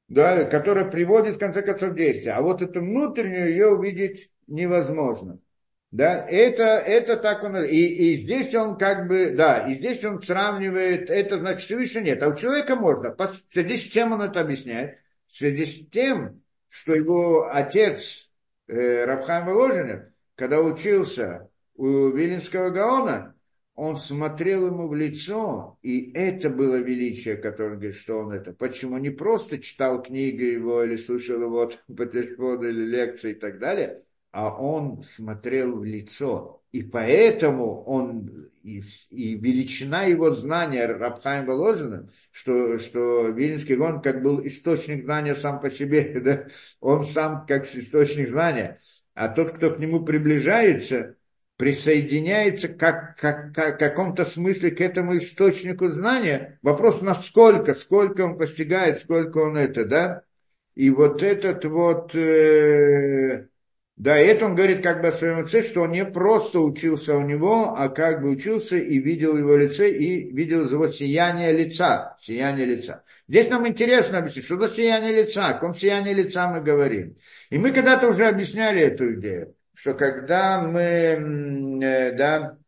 да, которая приводит, в конце концов, к действию. А вот эту внутреннюю ее увидеть невозможно. Да, это, это так он, и, и здесь он как бы, да, и здесь он сравнивает, это значит Всевышний нет, а у человека можно. В связи с чем он это объясняет? В связи с тем, что его отец э, Рав Хаим Воложенев, когда учился у Вилинского Гаона, он смотрел ему в лицо, и это было величие, которое он говорит, что он это. Почему? Не просто читал книги его, или слушал его по телефону, или лекции и так далее, а он смотрел в лицо. И поэтому он, и, и величина его знания Рав Хаим Воложина, что, что Вилинский Гаон как был источник знания сам по себе, да? Он сам как источник знания. А тот, кто к нему приближается, присоединяется как, как, как, в каком-то смысле к этому источнику знания. Вопрос, насколько, сколько он постигает, сколько он это, да? И вот этот вот... Э, да, и это он говорит как бы о своем отце, что он не просто учился у него, а как бы учился и видел его лице, и видел его сияние лица, сияние лица. Здесь нам интересно объяснить, что за сияние лица, о каком сиянии лица мы говорим. И мы когда-то уже объясняли эту идею, что когда мы, э, да,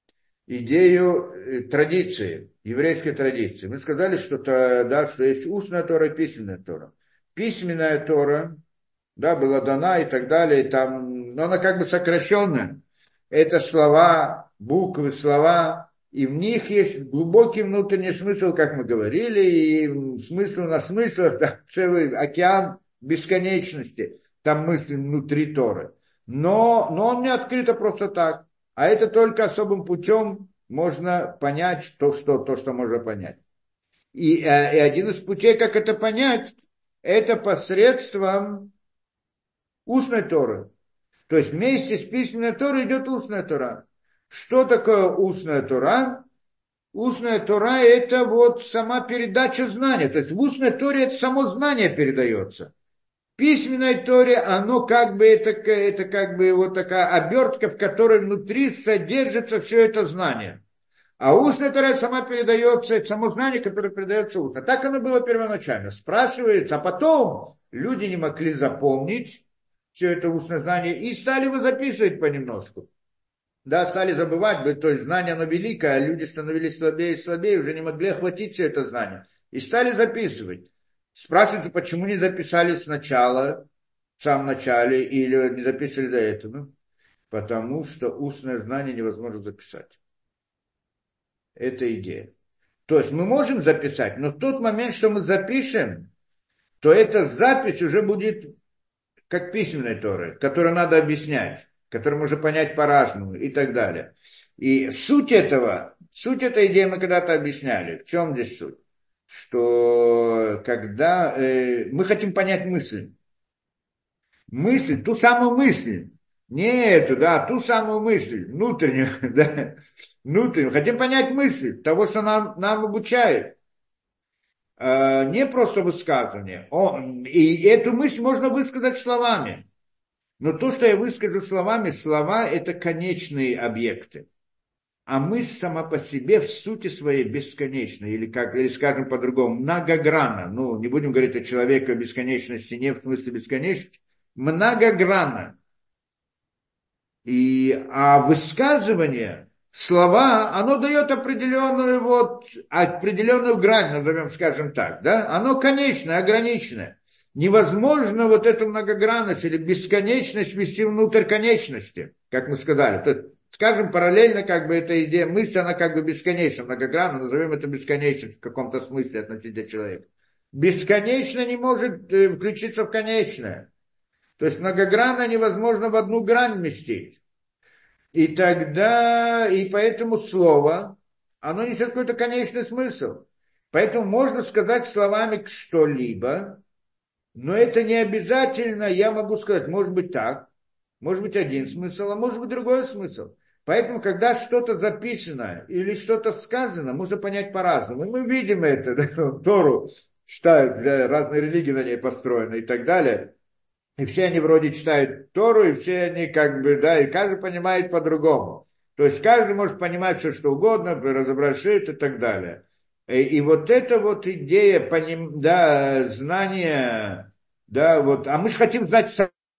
идею э, традиции, еврейской традиции, мы сказали, что, то, да, что есть устная Тора и письменная Тора. Письменная Тора, да, была дана и так далее, и там, но она как бы сокращенная. Это слова, буквы, слова, и в них есть глубокий внутренний смысл, как мы говорили, и смысл на смыслах, да, целый океан бесконечности, там мысли внутри Торы. Но, но он не открыто просто так, а это только особым путем можно понять то, что, то, что можно понять. И, и один из путей, как это понять, это посредством устной Торы. То есть вместе с письменной Торой идет устная Тора. Что такое устная Тора? Устная Тора – это вот сама передача знания. То есть в устной Торе это само знание передается. В письменной Торе оно как бы, это, это как бы вот такая обертка, в которой внутри содержится все это знание. А устная Тора сама передается, это само знание, которое передается устно. Так оно было первоначально. Спрашивается, а потом люди не могли запомнить все это устное знание и стали его записывать понемножку. Да, стали забывать, то есть знание оно великое, а люди становились слабее и слабее, уже не могли охватить все это знание. И стали записывать. Спрашивается, почему не записали сначала, в самом начале, или не записывали до этого? Потому что устное знание невозможно записать. Это идея. То есть мы можем записать, но в тот момент, что мы запишем, то эта запись уже будет как письменной Торы, которую надо объяснять, которую можно понять по-разному и так далее. И суть этого, суть этой идеи мы когда-то объясняли. В чем здесь суть? Что когда э, мы хотим понять мысль, мысль, ту самую мысль, не эту, да, ту самую мысль, внутреннюю, да, внутреннюю, хотим понять мысль того, что нам, нам обучает. Не просто высказывание. Он, и эту мысль можно высказать словами. Но то, что я выскажу словами, слова – это конечные объекты. А мысль сама по себе в сути своей бесконечна. Или, как, или скажем по-другому, многогранна. Ну, не будем говорить о человеке бесконечности, не в смысле бесконечности. Многогранна. И, а высказывание, слова, оно дает определенную, вот, определенную грань, назовем, скажем так, да? Оно конечное, ограниченное. Невозможно вот эту многогранность или бесконечность ввести внутрь конечности, как мы сказали. То есть, скажем, параллельно, как бы, эта идея, мысль, она как бы бесконечна, многогранна, назовем это бесконечность в каком-то смысле относительно человека. Бесконечно не может э, включиться в конечное. То есть многогранно невозможно в одну грань вместить. И тогда, и поэтому слово, оно несет какой-то конечный смысл. Поэтому можно сказать словами что-либо, но это не обязательно, я могу сказать, может быть так, может быть один смысл, а может быть другой смысл. Поэтому, когда что-то записано или что-то сказано, можно понять по-разному. И мы видим это, да, Тору читают, да, разные религии на ней построены и так далее. И все они вроде читают Тору, и все они как бы, да, и каждый понимает по-другому. То есть каждый может понимать все, что угодно, разобрать шит и так далее. И, и вот эта вот идея, поним, да, знания, да, вот, а мы же хотим знать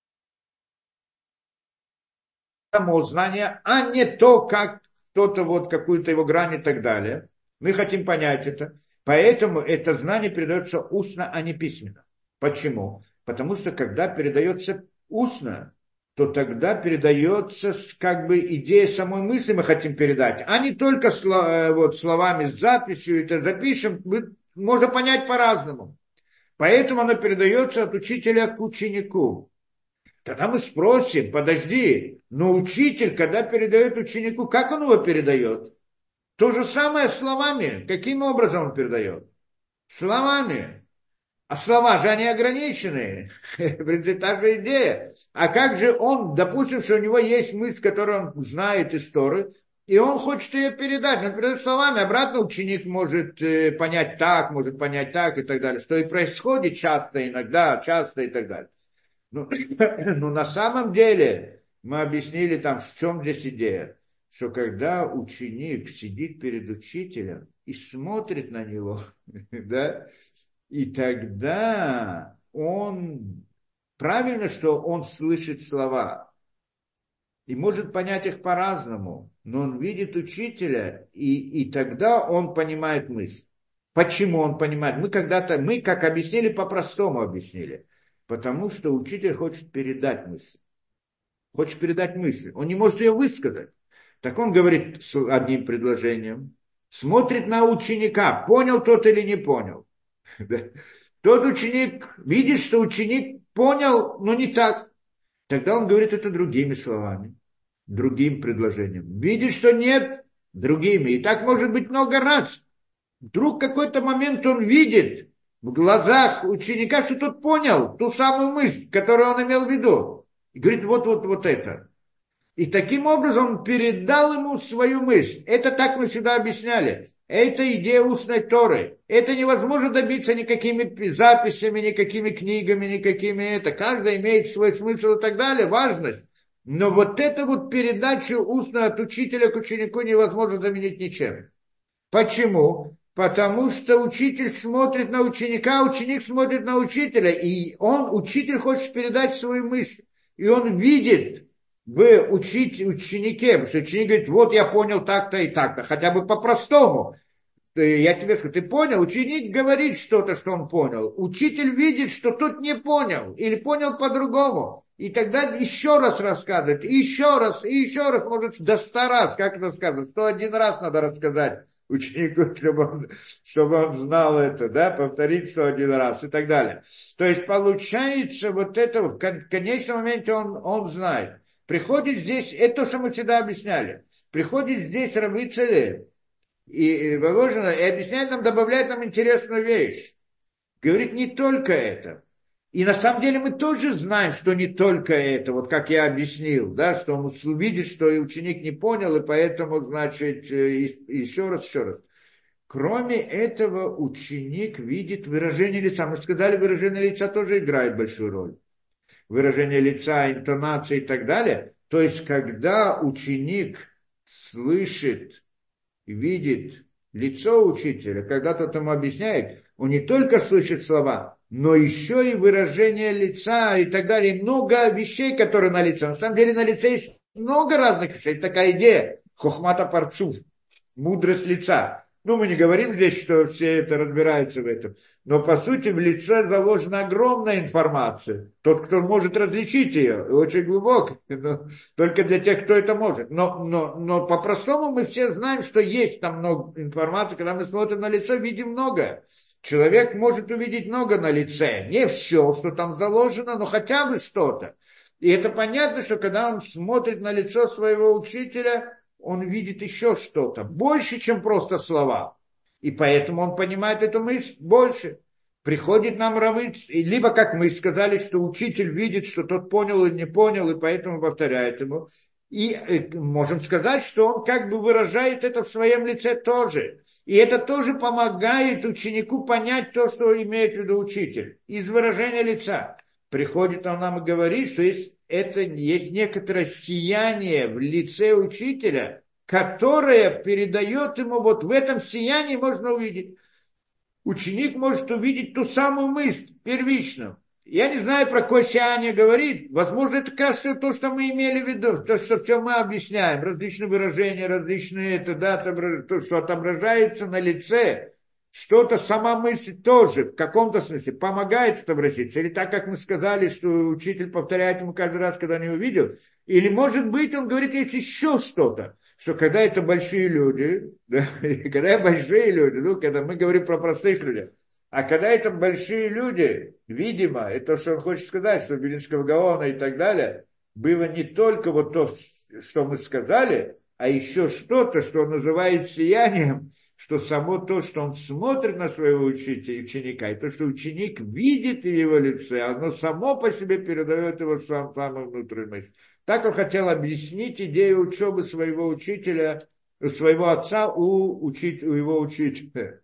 само знание, а не то, как кто-то вот какую-то его грань и так далее. Мы хотим понять это. Поэтому это знание передается устно, а не письменно. Почему? Потому что когда передается устно, то тогда передается как бы идея самой мысли мы хотим передать, а не только вот, словами с записью, это запишем, можно понять по-разному. Поэтому оно передается от учителя к ученику. Тогда мы спросим, подожди, но учитель, когда передает ученику, как он его передает? То же самое словами. Каким образом он передает? Словами. А слова же они ограничены. Это та же идея. А как же он, допустим, что у него есть мысль, которую он знает из Торы, и он хочет ее передать, но передает словами, обратно ученик может понять так, может понять так и так далее, что и происходит часто, иногда, часто и так далее. Ну, ну, на самом деле, мы объяснили там, в чем здесь идея, что когда ученик сидит перед учителем и смотрит на него, да, и тогда он, правильно, что он слышит слова и может понять их по-разному, но он видит учителя, и, и тогда он понимает мысль. Почему он понимает? Мы когда-то, мы как объяснили, по-простому объяснили. Потому что учитель хочет передать мысль. Хочет передать мысль. Он не может ее высказать. Так он говорит с одним предложением. Смотрит на ученика. Понял тот или не понял. Тот ученик видит, что ученик понял, но не так. Тогда он говорит это другими словами. Другим предложением. Видит, что нет, другими. И так может быть много раз. Вдруг какой-то момент он видит в глазах ученика, что тот понял ту самую мысль, которую он имел в виду. И говорит, вот-вот-вот это. И таким образом он передал ему свою мысль. Это так мы всегда объясняли. Это идея устной Торы. Это невозможно добиться никакими записями, никакими книгами, никакими это. Каждый имеет свой смысл и так далее, важность. Но вот эту вот передачу устную от учителя к ученику невозможно заменить ничем. Почему? Потому что учитель смотрит на ученика, ученик смотрит на учителя, и он, учитель хочет передать свою мысль. И он видит в учить, ученике, потому что ученик говорит, вот я понял так-то и так-то, хотя бы по-простому. Я тебе скажу, ты понял? Ученик говорит что-то, что он понял. Учитель видит, что тот не понял, или понял по-другому. И тогда еще раз рассказывает, и еще раз, и еще раз, может, до ста раз, как это сказать, сто один раз надо рассказать ученику, чтобы он, чтобы он знал это, да, повторить сто один раз и так далее. То есть получается вот это, в конечном моменте он, он знает. Приходит здесь, это то, что мы всегда объясняли, приходит здесь Рав Ицхак и Воложина, и объясняет нам, добавляет нам интересную вещь. Говорит, не только это. И на самом деле мы тоже знаем, что не только это, вот как я объяснил, да, что он увидит, что и ученик не понял, и поэтому, значит, еще раз, еще раз. Кроме этого, ученик видит выражение лица. Мы сказали, выражение лица тоже играет большую роль. Выражение лица, интонация и так далее. То есть, когда ученик слышит, видит лицо учителя, когда тот ему объясняет, он не только слышит слова, но еще и выражение лица и так далее. И много вещей, которые на лице. На самом деле на лице есть много разных вещей. Есть такая идея. Хохмата парцу. Мудрость лица. Ну, мы не говорим здесь, что все это разбираются в этом. Но, по сути, в лице заложена огромная информация. Тот, кто может различить ее, очень глубоко. Но только для тех, кто это может. Но, но, но по-простому мы все знаем, что есть там много информации. Когда мы смотрим на лицо, видим многое. Человек может увидеть много на лице. Не все, что там заложено, но хотя бы что-то. И это понятно, что когда он смотрит на лицо своего учителя, он видит еще что-то. Больше, чем просто слова. И поэтому он понимает эту мысль больше. Приходит нам Рав Ицхак, либо, как мы сказали, что учитель видит, что тот понял или не понял, и поэтому повторяет ему. И можем сказать, что он как бы выражает это в своем лице тоже. И это тоже помогает ученику понять то, что имеет в виду учитель. Из выражения лица. Приходит он нам и говорит, что есть, это, есть некоторое сияние в лице учителя, которое передает ему, вот в этом сиянии можно увидеть. Ученик может увидеть ту самую мысль, первичную. Я не знаю, про какое сияние говорит. Возможно, это кажется то, что мы имели в виду, то, что все мы объясняем. Различные выражения, различные, это, да, то, что отображается на лице. Что-то, сама мысль тоже в каком-то смысле помогает отобразиться. Или так, как мы сказали, что учитель повторяет ему каждый раз, когда не увидел. Или, может быть, он говорит, есть еще что-то. Что когда это большие люди, да, когда большие люди, ну, когда мы говорим про простых людей, а когда это большие люди, видимо, это что он хочет сказать, что Вилинского Гаона и так далее, было не только вот то, что мы сказали, а еще что-то, что он называет сиянием, что само то, что он смотрит на своего учителя, ученика, и то, что ученик видит в его лице, оно само по себе передает его сам, самую внутреннюю мысль. Так он хотел объяснить идею учебы своего учителя, своего отца у, учить, у его учителя.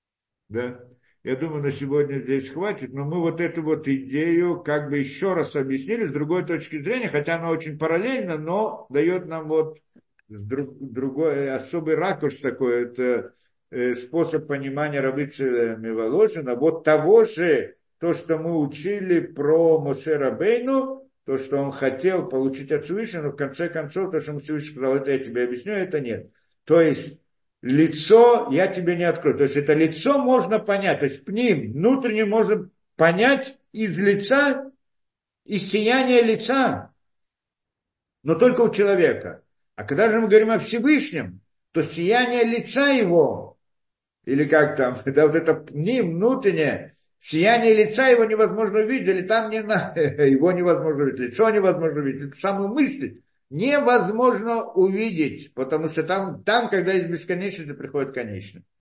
Да? Я думаю, на сегодня здесь хватит, но мы вот эту вот идею как бы еще раз объяснили с другой точки зрения, хотя она очень параллельна, но дает нам вот друг, другой особый ракурс такой, это э, способ понимания Рабыцеля Миволожина, вот того же, то, что мы учили про Моше Рабейну, то, что он хотел получить от Всевышнего, но в конце концов, то, что Всевышний сказал, это я тебе объясню, это нет. То есть, лицо я тебе не открою. То есть, это лицо можно понять, то есть, пним, внутренне можно понять из лица, из сияния лица, но только у человека. А когда же мы говорим о Всевышнем, то сияние лица его, или как там, да, вот это пним, внутреннее, сияние лица его невозможно увидеть, или там не на, его невозможно увидеть, лицо невозможно увидеть, эту самую мысль невозможно увидеть, потому что там, там, когда из бесконечности приходит конечность.